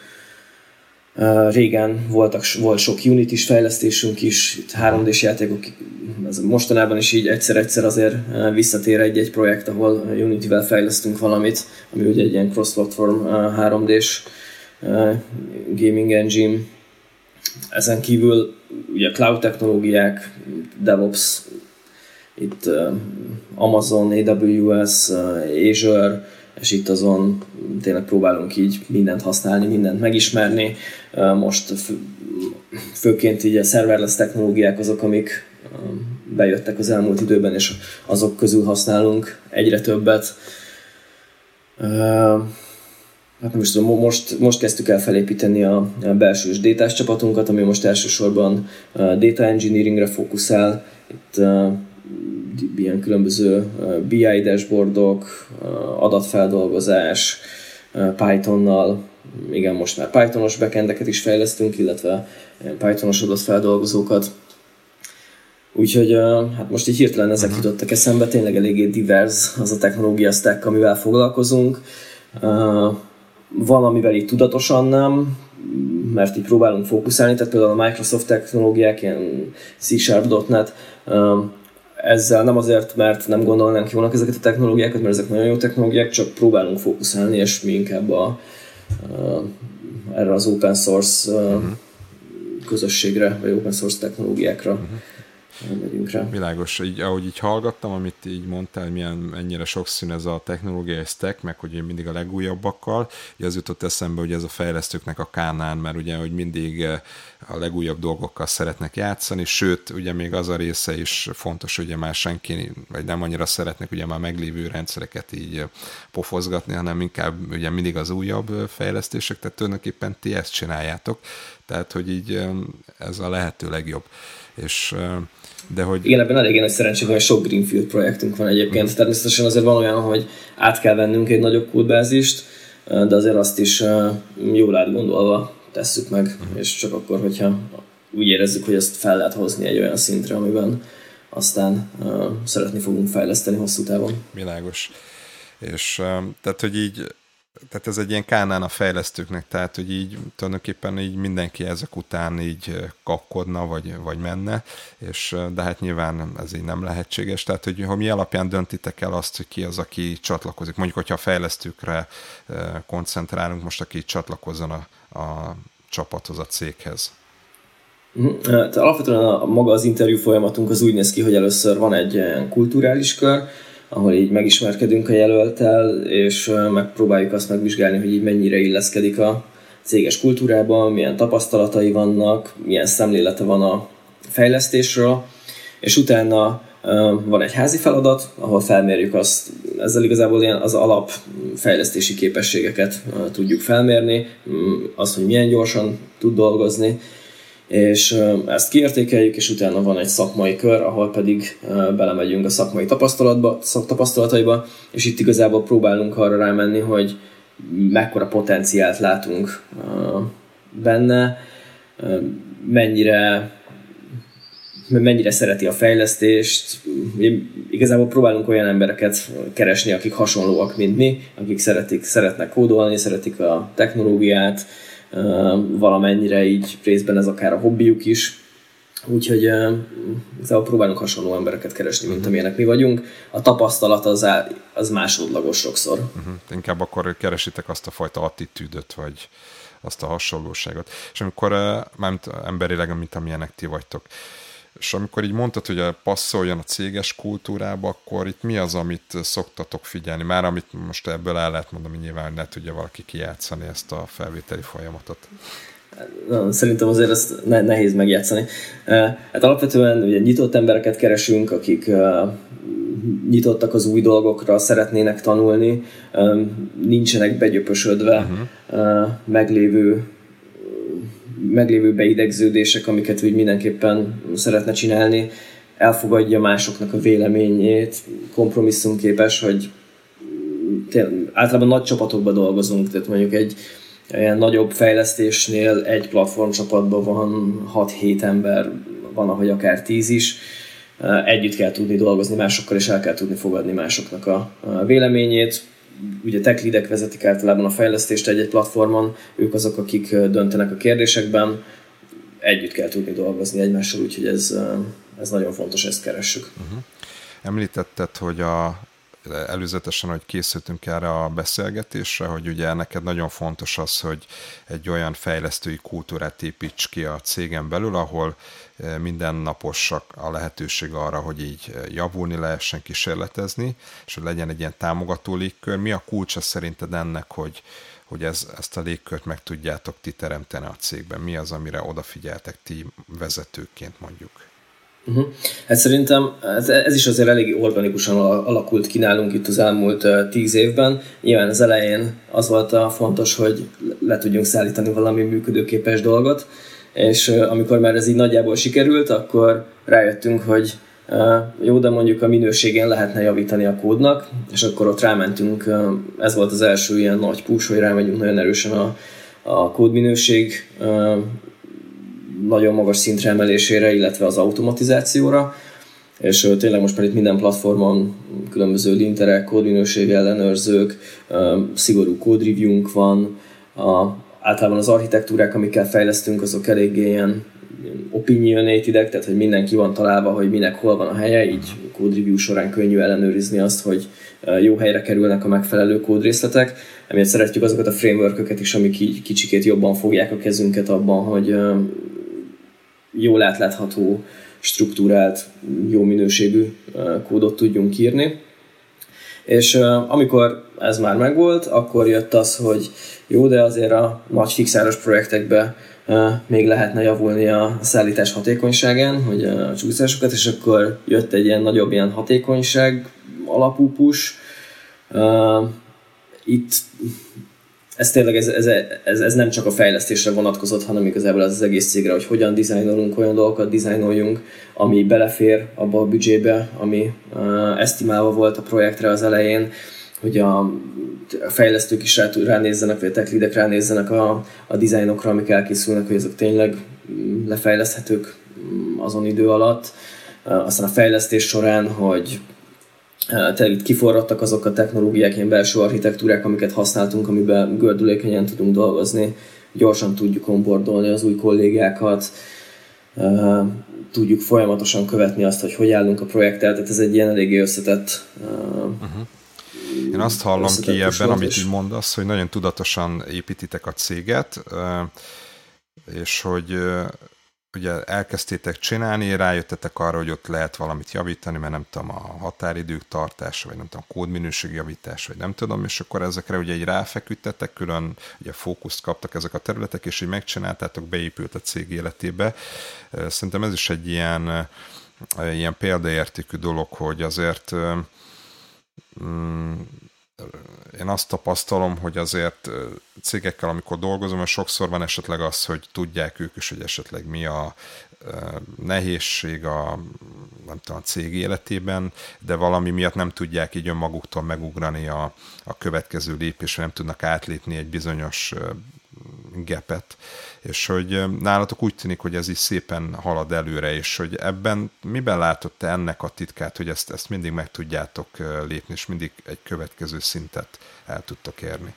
Régen volt sok Unity-s fejlesztésünk is, itt 3D-s játékok, ez mostanában is így egyszer-egyszer azért visszatér egy projekt, ahol Unity-vel fejlesztünk valamit, ami ugye egy ilyen cross-platform 3D-s gaming engine. Ezen kívül ugye cloud technológiák, DevOps, itt Amazon, AWS, Azure, és itt azon tényleg próbálunk így mindent használni, mindent megismerni. Most főként így a serverless technológiák azok, amik bejöttek az elmúlt időben, és azok közül használunk egyre többet. Hát nem is tudom, most kezdtük el felépíteni a belsős datás csapatunkat, ami most elsősorban data engineeringre fókuszál. Itt ilyen különböző BI dashboardok, adatfeldolgozás, Pythonnal, igen, most már Pythonos backendeket is fejlesztünk, illetve Pythonos adatfeldolgozókat. Úgyhogy hát most így hirtelen ezek jutottak eszembe, tényleg eléggé divers az a technológia stack, amivel foglalkozunk. Van, amivel így tudatosan nem, mert így próbálunk fókuszálni, tehát például a Microsoft technológiák, ilyen C#.net, ezzel nem azért, mert nem gondolnánk jónak ezeket a technológiákat, mert ezek nagyon jó technológiák, csak próbálunk fókuszálni, és mi inkább erre az open source közösségre, vagy open source technológiákra megyünk rá. Világos, így, ahogy így hallgattam, amit így mondtál, ennyire sokszínű ez a technológiai stack, meg hogy mindig a legújabbakkal, ugye az jutott eszembe, hogy ez a fejlesztőknek a Kánán, mert ugye, hogy mindig a legújabb dolgokkal szeretnek játszani, sőt, ugye még az a része is fontos, hogy ugye már senki, vagy nem annyira szeretnek ugye már meglévő rendszereket így pofozgatni, hanem inkább ugye mindig az újabb fejlesztések, tehát tulajdonképpen ti ezt csináljátok, tehát hogy így ez a lehető legjobb. És de hogy... Igen, ebben eléggé nagy szerencsém, hogy sok Greenfield projektünk van egyébként. Természetesen azért van olyan, hogy át kell vennünk egy nagyobb kódbázist, de azért azt is jól átgondolva tesszük meg, és csak akkor, hogyha úgy érezzük, hogy ezt fel lehet hozni egy olyan szintre, amiben aztán szeretni fogunk fejleszteni hosszú távon. Világos. És tehát, hogy így tehát ez egy ilyen Kánán a fejlesztőknek, tehát, hogy így tulajdonképpen így mindenki ezek után így kapkodna, vagy menne, és de hát nyilván ez így nem lehetséges, tehát, hogy mi alapján döntitek el azt, hogy ki az, aki csatlakozik. Mondjuk, hogyha a fejlesztőkre koncentrálunk, most aki csatlakozzon a csapathoz, a céghez. Alapvetően maga az interjú folyamatunk az úgy néz ki, hogy először van egy kulturális kör, ahol így megismerkedünk a jelölttel, és megpróbáljuk azt megvizsgálni, hogy így mennyire illeszkedik a céges kultúrába, milyen tapasztalatai vannak, milyen szemlélete van a fejlesztésről, és utána Van egy házi feladat, ahol felmérjük azt, ezzel igazából ilyen az alapfejlesztési képességeket tudjuk felmérni, azt, hogy milyen gyorsan tud dolgozni, és ezt kiértékeljük, és utána van egy szakmai kör, ahol pedig belemegyünk a szakmai tapasztalataiba, és itt igazából próbálunk arra rámenni, hogy mekkora potenciált látunk benne, mennyire szereti a fejlesztést. Igazából próbálunk olyan embereket keresni, akik hasonlóak, mint mi, akik szeretnek kódolni, szeretik a technológiát, valamennyire így részben ez akár a hobbiuk is. Úgyhogy igazából próbálunk hasonló embereket keresni, mint amilyenek mi vagyunk. A tapasztalat az másodlagos sokszor. Inkább akkor keresitek azt a fajta attitűdöt, vagy azt a hasonlóságot. És amikor, mármint emberileg, mint amilyenek ti vagytok, és amikor így mondtad, hogy passzoljon a céges kultúrába, akkor itt mi az, amit szoktatok figyelni? Már amit most ebből el lehet mondani, nyilván, hogy ne tudja valaki kijátszani ezt a felvételi folyamatot. Szerintem azért ezt nehéz megjátszani. Hát alapvetően ugye nyitott embereket keresünk, akik nyitottak az új dolgokra, szeretnének tanulni, nincsenek begyöpösödve meglévő beidegződések, amiket úgy mindenképpen szeretne csinálni, elfogadja másoknak a véleményét, kompromisszumképes, hogy általában nagy csapatokban dolgozunk, tehát mondjuk egy ilyen nagyobb fejlesztésnél egy platformcsapatban van 6-7 ember, van ahogy akár 10 is, együtt kell tudni dolgozni másokkal, és el kell tudni fogadni másoknak a véleményét. Ugye tech leadek vezetik általában a fejlesztést egy platformon, ők azok, akik döntenek a kérdésekben, együtt kell tudni dolgozni egymással, úgyhogy ez nagyon fontos, ezt keressük. Említetted, hogy előzetesen, hogy készültünk erre a beszélgetésre, hogy ugye neked nagyon fontos az, hogy egy olyan fejlesztői kultúrát építs ki a cégen belül, ahol mindennaposak a lehetőség arra, hogy így javulni lehessen, kísérletezni, és hogy legyen egy ilyen támogató légkör. Mi a kulcsa szerinted ennek, hogy ezt a légkört meg tudjátok ti teremteni a cégben? Mi az, amire odafigyeltek ti vezetőként mondjuk? Hát szerintem ez is azért elég organikusan alakult ki nálunk itt az elmúlt 10 évben. Nyilván az elején az volt a fontos, hogy le tudjunk szállítani valami működőképes dolgot, és amikor már ez így nagyjából sikerült, akkor rájöttünk, hogy jó, de mondjuk a minőségén lehetne javítani a kódnak, és akkor ott rámentünk, ez volt az első ilyen nagy push, hogy rámegyünk nagyon erősen a kódminőség nagyon magas szintre emelésére, illetve az automatizációra, és tényleg most már itt minden platformon különböző linterek, kódminőség ellenőrzők, szigorú kódreviewunk van, általában az architektúrák, amikkel fejlesztünk, azok eléggé ilyen opinionated, tehát hogy mindenki van találva, hogy minek hol van a helye, így kódreview során könnyű ellenőrizni azt, hogy jó helyre kerülnek a megfelelő kódrészletek. Emiatt szeretjük azokat a frameworköket is, amik így kicsikét jobban fogják a kezünket abban, hogy jól átlátható, struktúrált, jó minőségű kódot tudjunk írni. És amikor ez már megvolt, akkor jött az, hogy jó, de azért a nagy fixáros projektekben még lehetne javulni a szállítás hatékonyságán, hogy a csúszásokat, és akkor jött egy ilyen nagyobb ilyen hatékonyság alapú push. Itt ez tényleg ez nem csak a fejlesztésre vonatkozott, hanem igazából az egész cégre, hogy hogyan dizájnolunk, olyan dolgokat dizájnoljunk, ami belefér abba a büdzsébe, ami esztimálva volt a projektre az elején, hogy a fejlesztők is ránézzenek, vagy a tech leadek ránézzenek a dizájnokra, amik elkészülnek, hogy ezek tényleg lefejleszthetők azon idő alatt. Aztán a fejlesztés során, hogy itt kiforradtak azok a technológiák, ilyen belső architektúrák, amiket használtunk, amiben gördülékenyen tudunk dolgozni, gyorsan tudjuk onboardolni az új kollégákat, tudjuk folyamatosan követni azt, hogy állunk a projekttel, tehát ez egy ilyen eléggé összetett. Én azt hallom ki ebben, amit így mondasz, hogy nagyon tudatosan építitek a céget, és hogy ugye elkezdtétek csinálni, rájöttetek arra, hogy ott lehet valamit javítani, mert nem tudom, a határidők tartása, vagy nem tudom, kódminőség javítás, vagy nem tudom, és akkor ezekre ugye így ráfeküdtetek, külön ugye fókuszt kaptak ezek a területek, és így megcsináltátok, beépült a cég életébe. Szerintem ez is egy ilyen ilyen példaértékű dolog, hogy azért én azt tapasztalom, hogy azért cégekkel, amikor dolgozom, sokszor van esetleg az, hogy tudják ők is, hogy esetleg mi a nehézség nem tudom, a cég életében, de valami miatt nem tudják így önmaguktól megugrani a következő lépésre, nem tudnak átlépni egy bizonyos gapet, és hogy nálatok úgy tűnik, hogy ez is szépen halad előre, és hogy ebben miben látod te ennek a titkát, hogy ezt mindig meg tudjátok lépni, és mindig egy következő szintet el tudtok érni?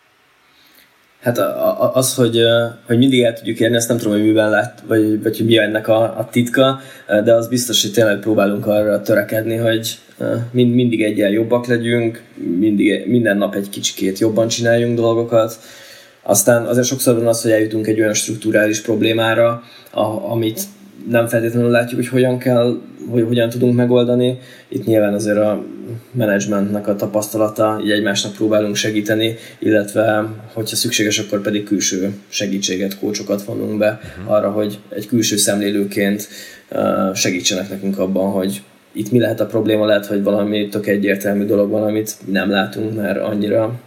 Hát az, hogy mindig el tudjuk érni, ezt nem tudom, hogy miben lát, vagy hogy mi ennek a titka, de az biztos, hogy tényleg próbálunk arra törekedni, hogy mindig egyel jobbak legyünk, minden nap egy kicsikét jobban csináljunk dolgokat. Aztán azért sokszor van az, hogy eljutunk egy olyan strukturális problémára, amit nem feltétlenül látjuk, hogy hogyan tudunk megoldani. Itt nyilván azért a menedzsmentnek a tapasztalata, így egymásnak próbálunk segíteni, illetve hogyha szükséges, akkor pedig külső segítséget, coachokat vonunk be arra, hogy egy külső szemlélőként segítsenek nekünk abban, hogy itt mi lehet a probléma, lehet, hogy valami tök egyértelmű dolog van, amit nem látunk, mert annyira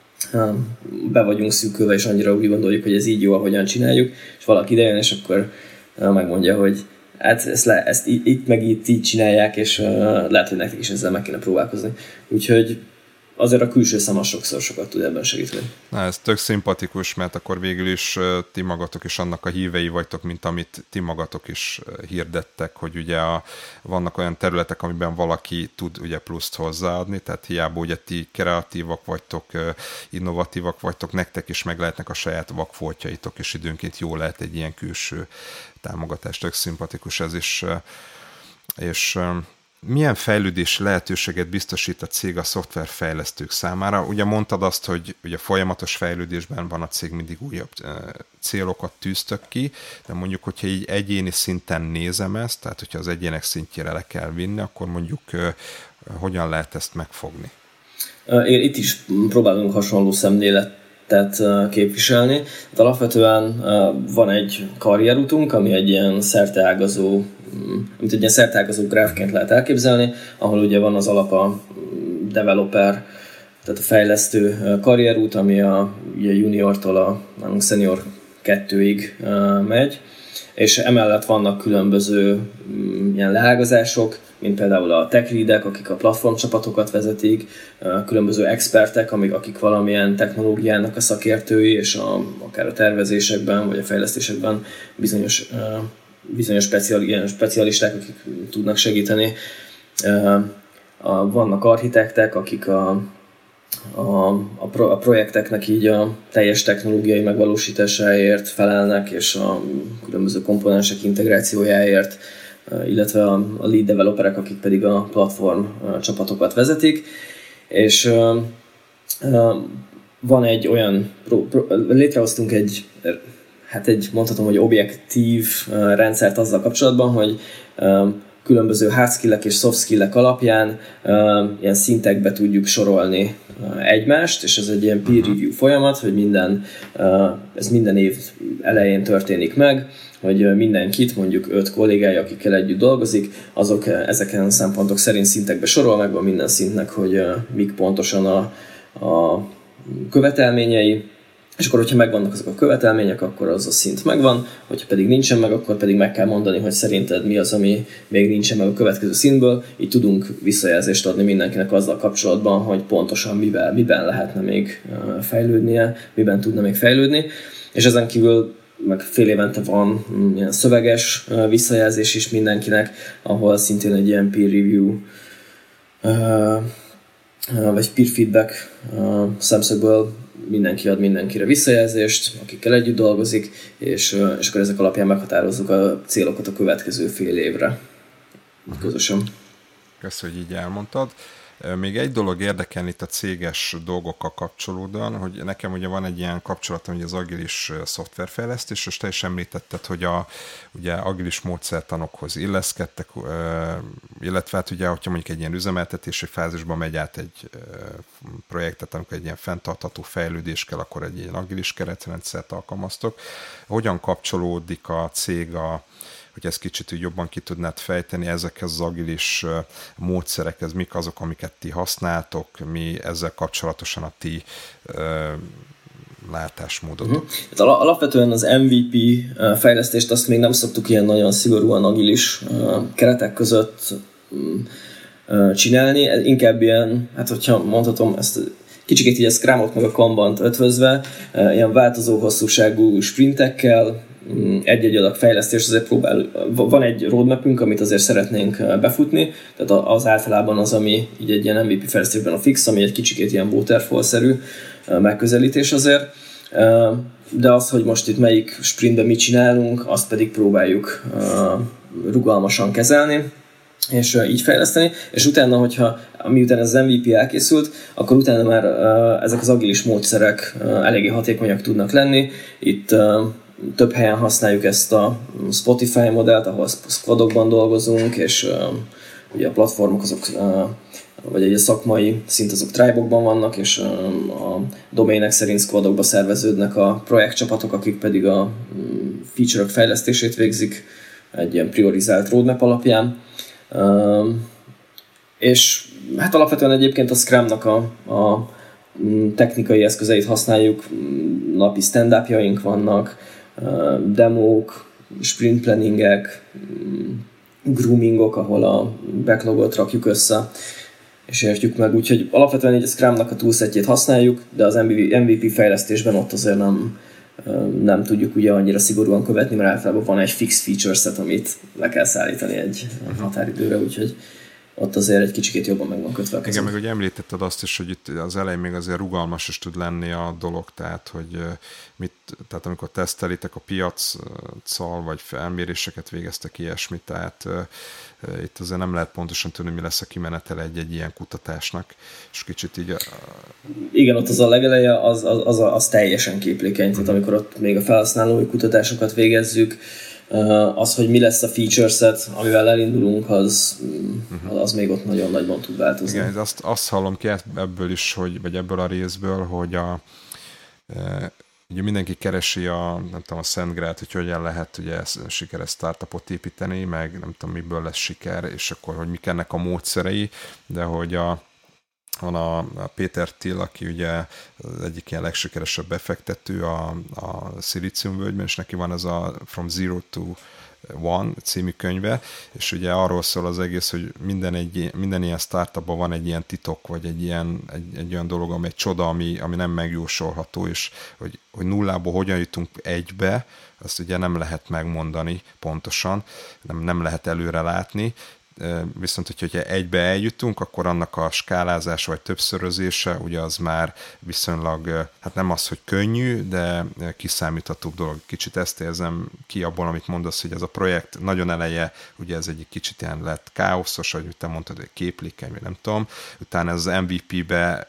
be vagyunk szűkülve, és annyira úgy gondoljuk, hogy ez így jó, ahogyan csináljuk, és valaki idejön, és akkor megmondja, hogy hát ezt itt meg itt így csinálják, és lehet, hogy nektek is ezzel meg kéne próbálkozni. Úgyhogy azért a külső szem az sokat tud ebben segíteni. Na, ez tök szimpatikus, mert akkor végül is ti magatok is annak a hívei vagytok, mint amit ti magatok is hirdettek, hogy ugye vannak olyan területek, amiben valaki tud ugye pluszt hozzáadni, tehát hiába ugye ti kreatívak vagytok, innovatívak vagytok, nektek is meg lehetnek a saját vakfoltjaitok, és időnként jó lehet egy ilyen külső támogatás, tök szimpatikus ez is. És milyen fejlődési lehetőséget biztosít a cég a szoftverfejlesztők számára? Ugye mondtad azt, hogy ugye folyamatos fejlődésben van a cég, mindig újabb célokat tűztök ki, de mondjuk, hogyha így egyéni szinten nézem ezt, tehát hogyha az egyének szintjére le kell vinni, akkor mondjuk hogyan lehet ezt megfogni? Itt is próbálunk hasonló szemléletet képviselni. Hát alapvetően van egy karrierutunk, ami egy ilyen szerteágazó grafként lehet elképzelni, ahol ugye van az alap a developer, tehát a fejlesztő karrierút, ami a juniortól a senior 2-ig megy, és emellett vannak különböző ilyen leágazások, mint például a tech leadek, akik a platformcsapatokat vezetik, különböző expertek, akik valamilyen technológiának a szakértői, és akár a tervezésekben vagy a fejlesztésekben bizonyos specialisták, akik tudnak segíteni. Vannak architektek, akik a projekteknek így a teljes technológiai megvalósításáért felelnek, és a különböző komponensek integrációjáért, illetve a lead developerek, akik pedig a platform csapatokat vezetik. És van egy olyan, létrehoztunk egy mondhatom, hogy objektív rendszert azzal kapcsolatban, hogy különböző hard skillek és soft skillek alapján ilyen szintekbe tudjuk sorolni egymást, és ez egy ilyen peer review folyamat, hogy ez minden év elején történik meg, hogy mindenkit, mondjuk 5 kollégája, akikkel együtt dolgozik, azok ezeken a szempontok szerint szintekbe sorol, megvan minden szintnek, hogy mik pontosan a követelményei, és akkor, hogyha megvannak azok a követelmények, akkor az a szint megvan, hogyha pedig nincsen meg, akkor pedig meg kell mondani, hogy szerinted mi az, ami még nincsen meg a következő szintből. Így tudunk visszajelzést adni mindenkinek azzal kapcsolatban, hogy pontosan miben lehetne még fejlődnie, miben tudna még fejlődni. És ezen kívül meg fél évente van ilyen szöveges visszajelzés is mindenkinek, ahol szintén egy ilyen peer review vagy peer feedback szemszögből mindenki ad mindenkire visszajelzést, akikkel együtt dolgozik, és akkor ezek alapján meghatározzuk a célokat a következő fél évre közösen. Köszönöm, hogy így elmondtad. Még egy dolog érdekel itt a céges dolgokkal kapcsolódóan, hogy nekem ugye van egy ilyen kapcsolatom, hogy az agilis szoftverfejlesztés, és te is említetted, hogy ugye agilis módszertanokhoz illeszkedtek, illetve hát ugye, hogyha mondjuk egy ilyen üzemeltetési fázisban megy át egy projektet, amikor egy ilyen fenntartható fejlődés kell, akkor egy ilyen agilis keretrendszert alkalmaztok. Hogyan kapcsolódik a cég hogy ezt kicsit úgy jobban ki tudnád fejteni, ezekhez az agilis módszerekhez, mik azok, amiket ti használtok, mi ezzel kapcsolatosan a ti látásmódotok. Hát alapvetően az MVP fejlesztést azt még nem szoktuk ilyen nagyon szigorúan agilis keretek között csinálni, inkább ilyen, hát hogyha mondhatom ezt kicsit így a Scrumot meg a Kanbant ötvözve, ilyen változó hosszúságú sprintekkel, egy-egy adag fejlesztés azért van egy roadmapünk, amit azért szeretnénk befutni, tehát az általában az, ami így egy ilyen MVP fejlesztésben a fix, ami egy kicsikét ilyen waterfall-szerű megközelítés azért, de az, hogy most itt melyik sprintben mit csinálunk, azt pedig próbáljuk rugalmasan kezelni, és így fejleszteni, és utána, miután ez az MVP elkészült, akkor utána már ezek az agilis módszerek eléggé hatékonyak tudnak lenni. Itt több helyen használjuk ezt a Spotify modellt, ahol squadokban dolgozunk, és ugye a platformok azok, vagy egy szakmai szint azok tribe-okban vannak, és a domének szerint squadokba szerveződnek a projektcsapatok, akik pedig a feature-ök fejlesztését végzik egy ilyen priorizált roadmap alapján. És hát alapvetően egyébként a Scrumnak a technikai eszközeit használjuk, napi stand-upjaink vannak, demók, sprint planningek, groomingok, ahol a backlogot rakjuk össze, és értjük meg, úgyhogy alapvetően így a Scrumnak a toolsetjét használjuk, de az MVP fejlesztésben ott azért nem tudjuk ugye annyira szigorúan követni, mert általában van egy fix feature set, amit le kell szállítani egy határidőre, úgyhogy ott azért egy kicsikét jobban meg van kötve a kezünk. Igen, meg ugye említetted azt is, hogy itt az elején még azért rugalmas is tud lenni a dolog, tehát hogy tehát amikor tesztelitek a piaccal, vagy felméréseket végeztek ilyesmit, tehát itt azért nem lehet pontosan tudni, mi lesz a kimenetele egy ilyen kutatásnak, és kicsit így... Igen, ott az a legeleje, az teljesen képlékeny, tehát amikor ott még a felhasználói kutatásokat végezzük, az, hogy mi lesz a feature set, amivel elindulunk, az még ott nagyon nagyban tud változni. Igen, azt hallom ki ebből is, vagy ebből a részből, hogy ugye mindenki keresi a Szent Grált, hogy hogyan lehet ugye sikeres startupot építeni, meg nem tudom, miből lesz siker, és akkor, hogy mik ennek a módszerei, de hogy van a Péter Thiel, aki ugye az egyik ilyen legsikeresebb befektető a Szilíciumvölgyben, és neki van ez a From Zero to One című könyve, és ugye arról szól az egész, hogy minden ilyen startupban van egy ilyen titok, vagy egy olyan dolog, ami egy csoda, ami nem megjósolható, és hogy nullából hogyan jutunk egybe, azt ugye nem lehet megmondani pontosan, nem lehet előre látni, viszont hogyha egybe eljutunk, akkor annak a skálázása vagy többszörözése, ugye az már viszonylag, hát nem az, hogy könnyű, de kiszámíthatóbb dolog. Kicsit ezt érzem ki abból, amit mondasz, hogy ez a projekt nagyon eleje, ugye ez egy kicsit ilyen lett káoszos, vagy te mondtad, hogy képlékeny, vagy nem tudom, utána ez az MVP-be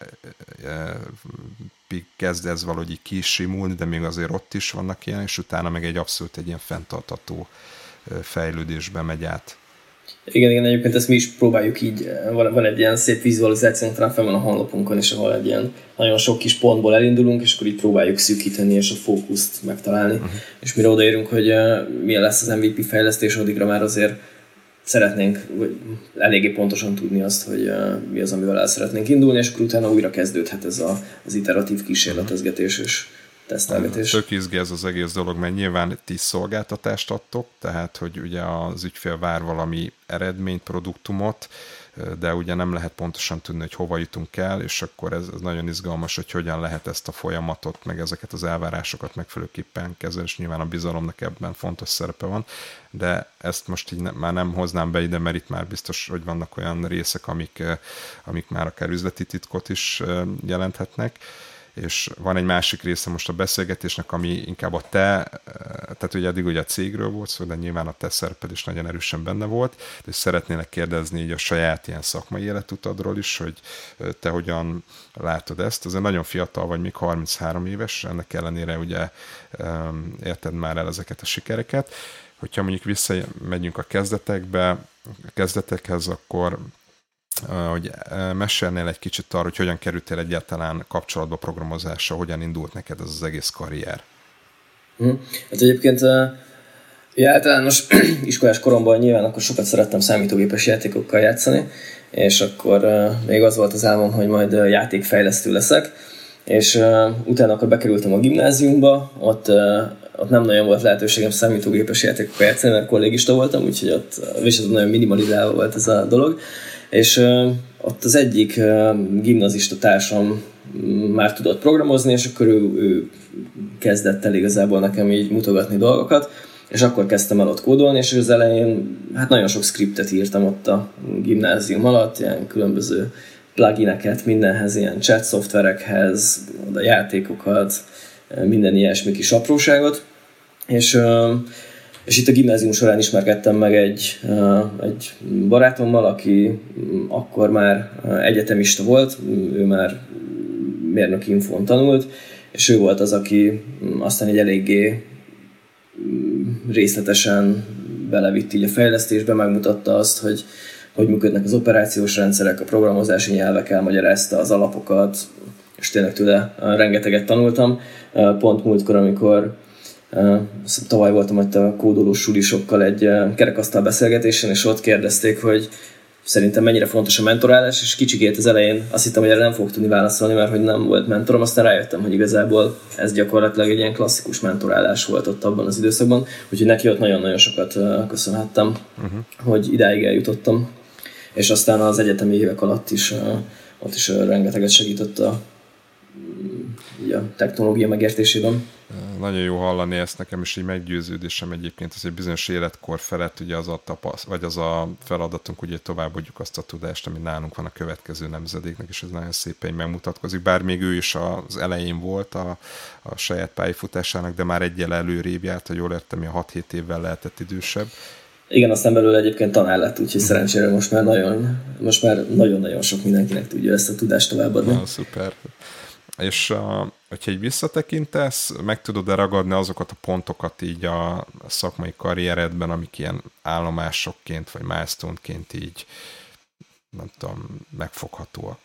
kezd ez valahogy kisimulni, de még azért ott is vannak ilyen, és utána meg egy abszolút egy ilyen fenntartható fejlődésbe megy át. Igen, egyébként ezt mi is próbáljuk így, van egy ilyen szép vizualizáció, talán fel van a honlapunkon, és ahol egy ilyen nagyon sok kis pontból elindulunk, és akkor így próbáljuk szűkíteni, és a fókuszt megtalálni. És mire odaérünk, hogy milyen lesz az MVP fejlesztés, addigra már azért szeretnénk eléggé pontosan tudni azt, hogy mi az, amivel el szeretnénk indulni, és akkor utána újra kezdődhet ez az iteratív kísérletezgetés és tesztelgetés. Tök izgi ez az egész dolog, mert nyilván ti szolgáltatást adtok, tehát hogy ugye az ügyfél vár valami eredményt, produktumot, de ugye nem lehet pontosan tudni, hogy hova jutunk el, és akkor ez nagyon izgalmas, hogy hogyan lehet ezt a folyamatot, meg ezeket az elvárásokat megfelelőképpen kezelni, és nyilván a bizalomnak ebben fontos szerepe van, de ezt most így már nem hoznám be ide, mert itt már biztos, hogy vannak olyan részek, amik már akár üzleti titkot is jelenthetnek. És van egy másik része most a beszélgetésnek, ami inkább tehát ugye eddig ugye a cégről volt szó, de nyilván a te szereped is nagyon erősen benne volt, és szeretnélek kérdezni így a saját ilyen szakmai életutadról is, hogy te hogyan látod ezt. Azért nagyon fiatal vagy, még 33 éves, ennek ellenére ugye érted már el ezeket a sikereket. Hogyha mondjuk visszamegyünk a kezdetekhez, akkor hogy mesélnél egy kicsit arra, hogy hogyan kerültél egyáltalán kapcsolatba programozással, hogyan indult neked ez az egész karrier? Hát egyébként Általános iskolás koromban nyilván akkor sokat szerettem számítógépes játékokkal játszani, és akkor még az volt az álmom, hogy majd játékfejlesztő leszek, és utána akkor bekerültem a gimnáziumba, ott nem nagyon volt lehetőségem számítógépes játékokkal játszani, mert kollégista voltam, úgyhogy ott nagyon minimalizálva volt ez a dolog, és ott az egyik gimnazista társam már tudott programozni, és akkor ő kezdett el igazából nekem így mutogatni dolgokat, és akkor kezdtem el ott kódolni, és az elején hát nagyon sok scriptet írtam ott a gimnázium alatt, ilyen különböző plugineket mindenhez, ilyen chat szoftverekhez, oda játékokat, minden ilyesmi kis apróságot, és itt a gimnázium során ismerkedtem meg egy barátommal, aki akkor már egyetemista volt, ő már mérnöki infón tanult, és ő volt az, aki aztán egy eléggé részletesen belevitt így a fejlesztésbe, megmutatta azt, hogy működnek az operációs rendszerek, a programozási nyelvek, elmagyarázta az alapokat, és tényleg tőle rengeteget tanultam. Pont múltkor, amikor tavaly voltam ott a kódolós sulisokkal egy kerekasztal beszélgetésen, és ott kérdezték, hogy szerintem mennyire fontos a mentorálás, és kicsikét az elején azt hittem, hogy erre nem fogok tudni válaszolni, mert hogy nem volt mentorom, aztán rájöttem, hogy igazából ez gyakorlatilag egy ilyen klasszikus mentorálás volt ott abban az időszakban, úgyhogy neki ott nagyon-nagyon sokat köszönhettem, hogy idáig eljutottam. És aztán az egyetemi évek alatt is ott is rengeteget segített a technológia megértésében. Nagyon jó hallani ezt, nekem is így meggyőződésem egyébként, az egy bizonyos életkor felett ugye vagy az a feladatunk, hogy továbbadjuk azt a tudást, ami nálunk van a következő nemzedéknek, és ez nagyon szépen megmutatkozik, bár még ő is az elején volt a saját pályafutásának, de már egyel előrébb járt, ha jól értem, a 6-7 évvel lehetett idősebb. Igen, aztán belőle egyébként tanár lett, úgyhogy szerencsére most már nagyon-nagyon sok mindenkinek tudja ezt a tudást továbbadni. Na, szuper. És hogyha így visszatekintesz, meg tudod-e ragadni azokat a pontokat így a szakmai karrieredben, amik ilyen állomásokként vagy milestone-ként így, nem tudom, megfoghatóak?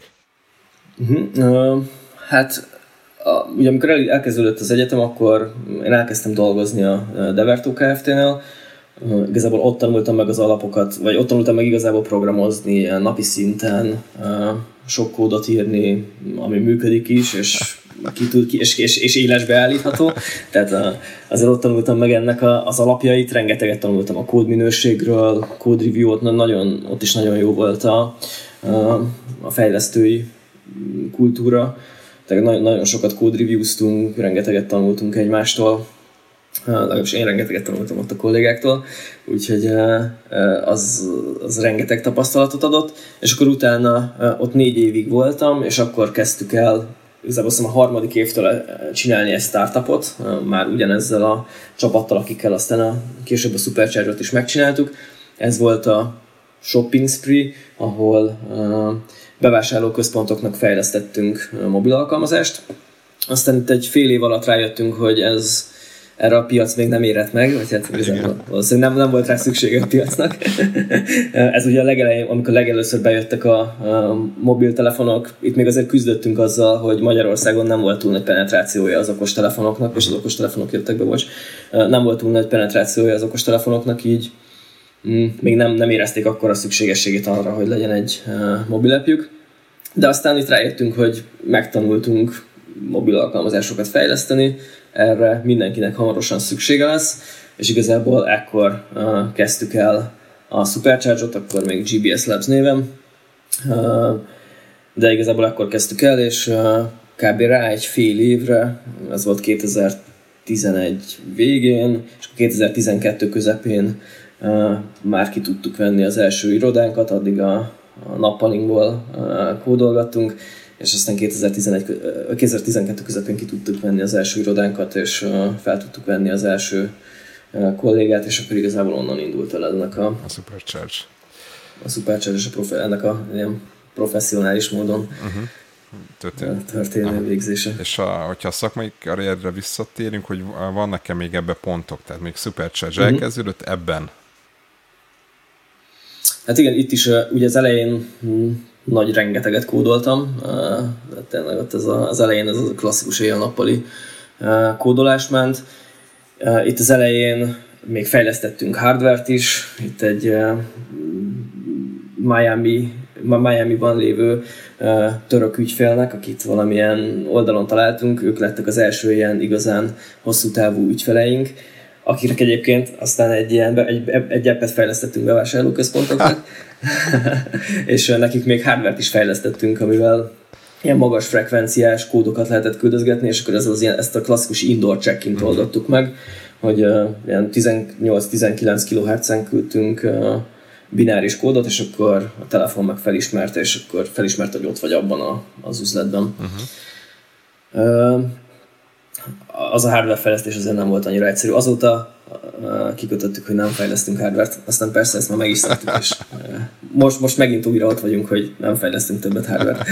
Ugye amikor elkezdődött az egyetem, akkor én elkezdtem dolgozni a Deverto Kft-nél. Igazából ott tanultam meg az alapokat, vagy ott tanultam meg igazából programozni napi szinten, sok kódot írni, ami működik is, és élesbe állítható. Tehát azért ott tanultam meg ennek az alapjait, rengeteget tanultam a kódminőségről, kódreview-ot, ott is nagyon jó volt a fejlesztői kultúra. Tehát nagyon sokat kódreviewztunk, rengeteget tanultunk egymástól. Legalábbis én rengeteget tanultam ott a kollégáktól, úgyhogy az rengeteg tapasztalatot adott, és akkor utána ott 4 évig voltam, és akkor kezdtük el igazából a harmadik évtől csinálni egy startupot, már ugyanezzel a csapattal, akikkel aztán később a Supercharge-ot is megcsináltuk. Ez volt a Shopping Spree, ahol bevásárlóközpontoknak fejlesztettünk mobil alkalmazást. Aztán itt egy fél év alatt rájöttünk, hogy erre a piac még nem érett meg, vagy hát valószínűleg nem volt rá szüksége a piacnak. Ez ugye a legelején, amikor legelőször bejöttek a mobiltelefonok, itt még azért küzdöttünk azzal, hogy Magyarországon nem volt túl nagy penetrációja az okostelefonoknak, és az okostelefonok jöttek be, nem volt túl nagy penetrációja az okostelefonoknak, így még nem érezték akkor a szükségességét arra, hogy legyen egy mobilappjuk. De aztán itt rájöttünk, hogy megtanultunk mobil alkalmazásokat fejleszteni, erre mindenkinek hamarosan szüksége lesz, és igazából ekkor kezdtük el a Supercharge-ot, akkor még GBS Labs néven, de igazából akkor kezdtük el, és kb. Rá egy fél évre, ez volt 2011 végén, és 2012 közepén már ki tudtuk venni az első irodánkat, addig a nappalinkból kódolgattunk, és aztán 2012 közepén ki tudtuk venni az első irodánkat, és fel tudtuk venni az első kollégát, és akkor igazából onnan indult el ennek a Supercharge. A Supercharge és ennek a ilyen professzionális módon történő végzése. És hogyha a szakmai karrierre visszatérünk, hogy vannak-e még ebbe pontok, tehát még Supercharge elkezdődött ebben? Hát igen, itt is ugye az elején nagy rengeteget kódoltam, tényleg ott az elején ez a klasszikus éjjel-nappali kódolás ment. Itt az elején még fejlesztettünk hardvert is, itt egy Miami-ban lévő török ügyfélnek, akit valamilyen oldalon találtunk, ők lettek az első ilyen igazán hosszú távú ügyfeleink, akiknek egyébként aztán egy appet fejlesztettünk bevásárlóközpontoknak, és nekik még hardvert is fejlesztettünk, amivel ilyen magas frekvenciás kódokat lehetett küldözgetni, és akkor ezt a klasszikus indoor check-int oldottuk meg, hogy ilyen 18-19 kHz-en küldtünk bináris kódot, és akkor a telefon meg felismerte, és akkor felismerte, hogy ott vagy abban az üzletben. Az a hardware fejlesztés azért nem volt annyira egyszerű. Azóta kikötöttük, hogy nem fejlesztünk hardware-t, aztán persze ezt már meg is tettük, és most megint újra ott vagyunk, hogy nem fejlesztünk többet hardware-t.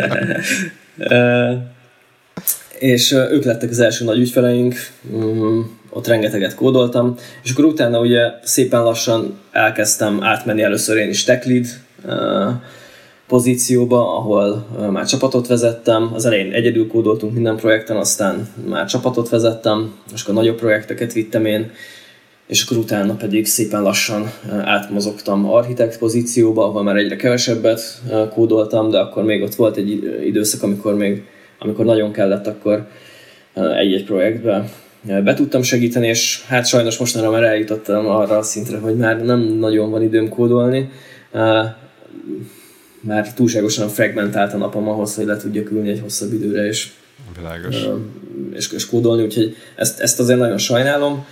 És ők lettek az első nagy ügyfeleink, ott rengeteget kódoltam, és akkor utána ugye szépen lassan elkezdtem átmenni először én is tech lead pozícióba, ahol már csapatot vezettem. Az elején egyedül kódoltunk minden projekten, aztán már csapatot vezettem, és akkor nagyobb projekteket vittem én, és akkor utána pedig szépen lassan átmozogtam architekt pozícióba, ahol már egyre kevesebbet kódoltam, de akkor még ott volt egy időszak, amikor nagyon kellett, akkor egy-egy projektbe be tudtam segíteni, és hát sajnos mostanra már eljutottam arra a szintre, hogy már nem nagyon van időm kódolni. Már túlságosan fragmentált a napom ahhoz, hogy le tudjak ülni egy hosszabb időre és kódolni, úgyhogy ezt azért nagyon sajnálom,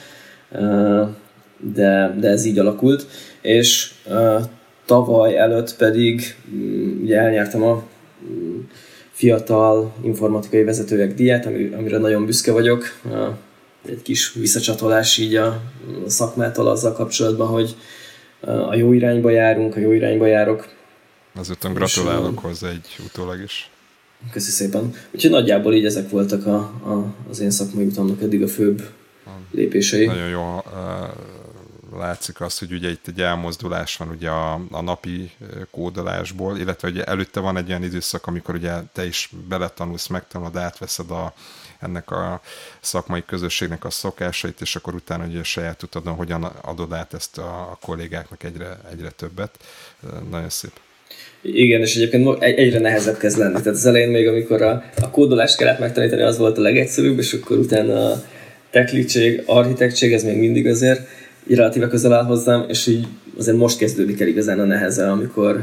de ez így alakult. És tavaly előtt pedig ugye elnyertem a fiatal informatikai vezetőek díját, amire nagyon büszke vagyok. Egy kis visszacsatolás így a szakmától azzal kapcsolatban, hogy a jó irányba járunk, a jó irányba járok. Azután gratulálok hozzá egy utólag is. Köszi szépen. Úgyhogy nagyjából így ezek voltak az én szakmai utamnak eddig a főbb lépései. Nagyon jó látszik az, hogy ugye itt egy elmozdulás van ugye a napi kódolásból, illetve ugye előtte van egy olyan időszak, amikor ugye te is beletanulsz, megtanulod, átveszed ennek a szakmai közösségnek a szokásait, és akkor utána ugye saját utadon hogyan adod át ezt a kollégáknak egyre többet. Nagyon szép. Igen, és egyébként egyre nehezebb kezd lenni. Tehát az elején még, amikor a kódolást kellett megtanítani, az volt a legegyszerűbb, és akkor utána a tech leadség, architektség, ez még mindig azért így relatíve közel áll hozzám, és így azért most kezdődik el igazán a neheze, amikor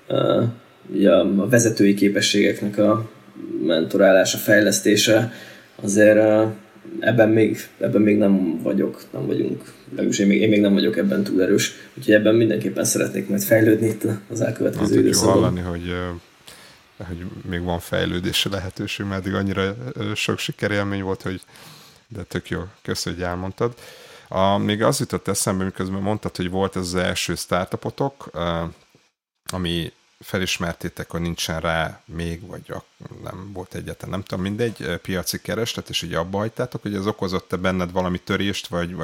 a vezetői képességeknek a mentorálása, fejlesztése, azért ebben még nem vagyunk, legalábbis én még nem vagyok ebben túl erős, úgyhogy ebben mindenképpen szeretnék majd fejlődni itt az elkövetkező időszakban. Jó hallani, hogy még van fejlődési lehetőség, mert eddig annyira sok sikerélmény volt, de tök jó, köszönöm, hogy elmondtad. Még az jutott eszembe, miközben mondtad, hogy volt ez az első startupotok, ami felismertétek, hogy nincsen rá még, vagy nem volt egyáltalán, nem tudom, mindegy, piaci kereslet, és ugye abba hagytátok, hogy ez okozott-e benned valami törést, vagy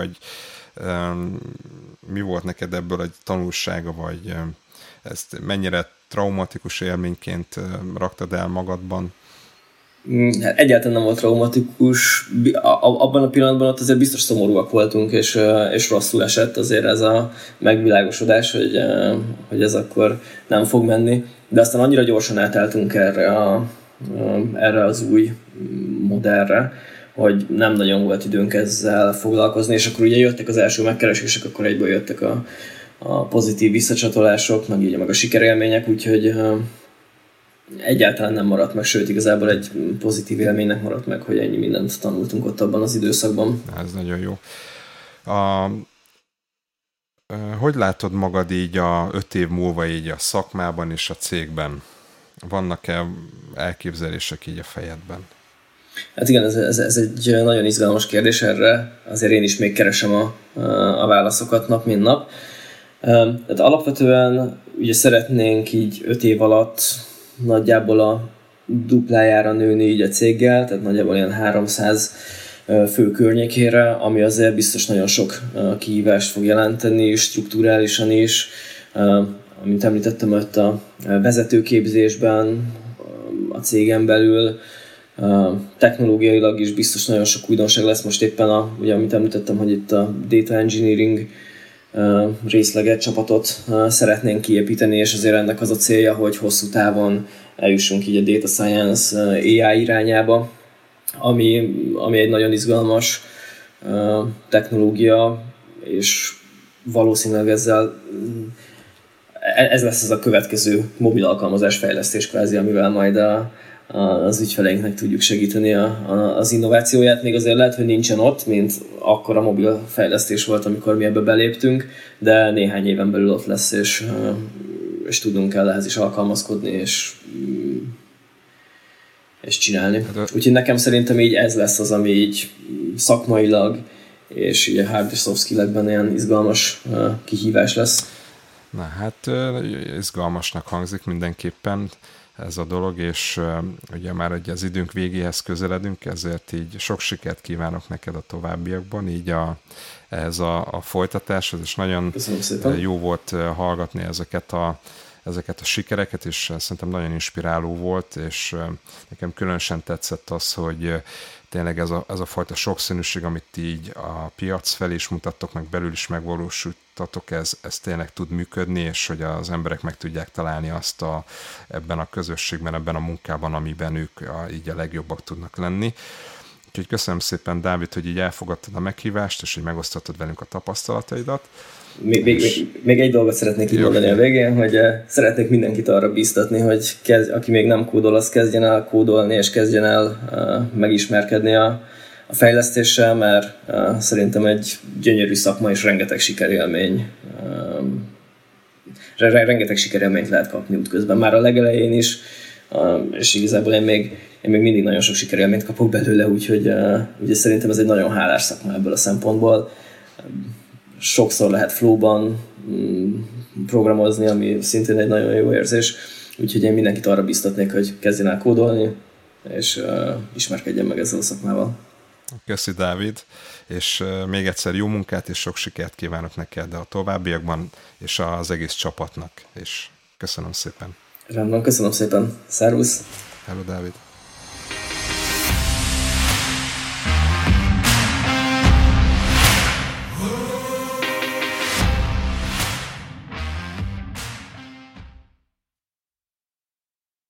mi volt neked ebből egy tanulsága, vagy ezt mennyire traumatikus élményként raktad el magadban? Egyáltalán nem volt traumatikus. Abban a pillanatban ott azért biztos szomorúak voltunk, és rosszul esett azért ez a megvilágosodás, hogy ez akkor nem fog menni. De aztán annyira gyorsan átálltunk erre az új modellre, hogy nem nagyon volt időnk ezzel foglalkozni, és akkor ugye jöttek az első megkeresések, akkor egyből jöttek a pozitív visszacsatolások, meg a sikerélmények, úgyhogy egyáltalán nem maradt meg, sőt igazából egy pozitív élménynek maradt meg, hogy ennyi mindent tanultunk ott abban az időszakban. Ez nagyon jó. Hogy látod magad így 5 év múlva így a szakmában és a cégben? Vannak-e elképzelések így a fejedben? Hát igen, ez egy nagyon izgalmas kérdés, erre azért én is még keresem a válaszokat nap, mint nap. Tehát alapvetően ugye szeretnénk így 5 év alatt nagyjából a duplájára nőni így a céggel, tehát nagyjából ilyen 300 fő környékére, ami azért biztos nagyon sok kihívást fog jelenteni, strukturálisan is. Amint említettem, ott a vezetőképzésben, a cégen belül, Technológiailag is biztos nagyon sok újdonság lesz. Most éppen ugye amit említettem, hogy itt a data engineering részleget, csapatot szeretnénk kiépíteni, és azért ennek az a célja, hogy hosszú távon eljussunk így a data science AI irányába, ami egy nagyon izgalmas technológia, és valószínűleg ez lesz az a következő mobil alkalmazás fejlesztés kvázi, amivel majd az ügyfeleinknek tudjuk segíteni az innovációját. Még azért lehet, hogy nincsen ott, mint akkora mobil fejlesztés volt, amikor mi ebbe beléptünk, de néhány éven belül ott lesz, és tudnunk kell ehhez is alkalmazkodni, és csinálni. Úgyhogy nekem szerintem így ez lesz az, ami így szakmailag és így a hard és soft skill-ekben ilyen izgalmas kihívás lesz. Na hát izgalmasnak hangzik mindenképpen ez a dolog, és ugye már az időnk végéhez közeledünk, ezért így sok sikert kívánok neked a továbbiakban, így ez a folytatáshoz, és nagyon jó volt hallgatni ezeket a sikereket, és szerintem nagyon inspiráló volt, és nekem különösen tetszett az, hogy tényleg ez a fajta sokszínűség, amit így a piac felé is mutattok, meg belül is megvalósítatok, ez tényleg tud működni, és hogy az emberek meg tudják találni azt ebben a közösségben, ebben a munkában, amiben ők így a legjobbak tudnak lenni. Úgyhogy köszönöm szépen, Dávid, hogy így elfogadtad a meghívást, és hogy megosztottad velünk a tapasztalataidat. Még egy dolgot szeretnék így mondani a végén, hogy szeretnék mindenkit arra bíztatni, hogy aki még nem kódol, az kezdjen el kódolni, és kezdjen el megismerkedni a fejlesztéssel, mert szerintem egy gyönyörű szakma, és rengeteg sikerélményt lehet kapni útközben. Már a legelején is, és igazából én még mindig nagyon sok sikerélményt kapok belőle, úgyhogy szerintem ez egy nagyon hálás szakma ebből a szempontból. Sokszor lehet flow-ban programozni, ami szintén egy nagyon jó érzés, úgyhogy én mindenkit arra biztatnék, hogy kezdjen el kódolni, és ismerkedjen meg ezzel a szakmával. Köszi, Dávid, és még egyszer jó munkát és sok sikert kívánok neked a továbbiakban, és az egész csapatnak, és köszönöm szépen. Rendben, köszönöm szépen. Szervusz! Hello, Dávid!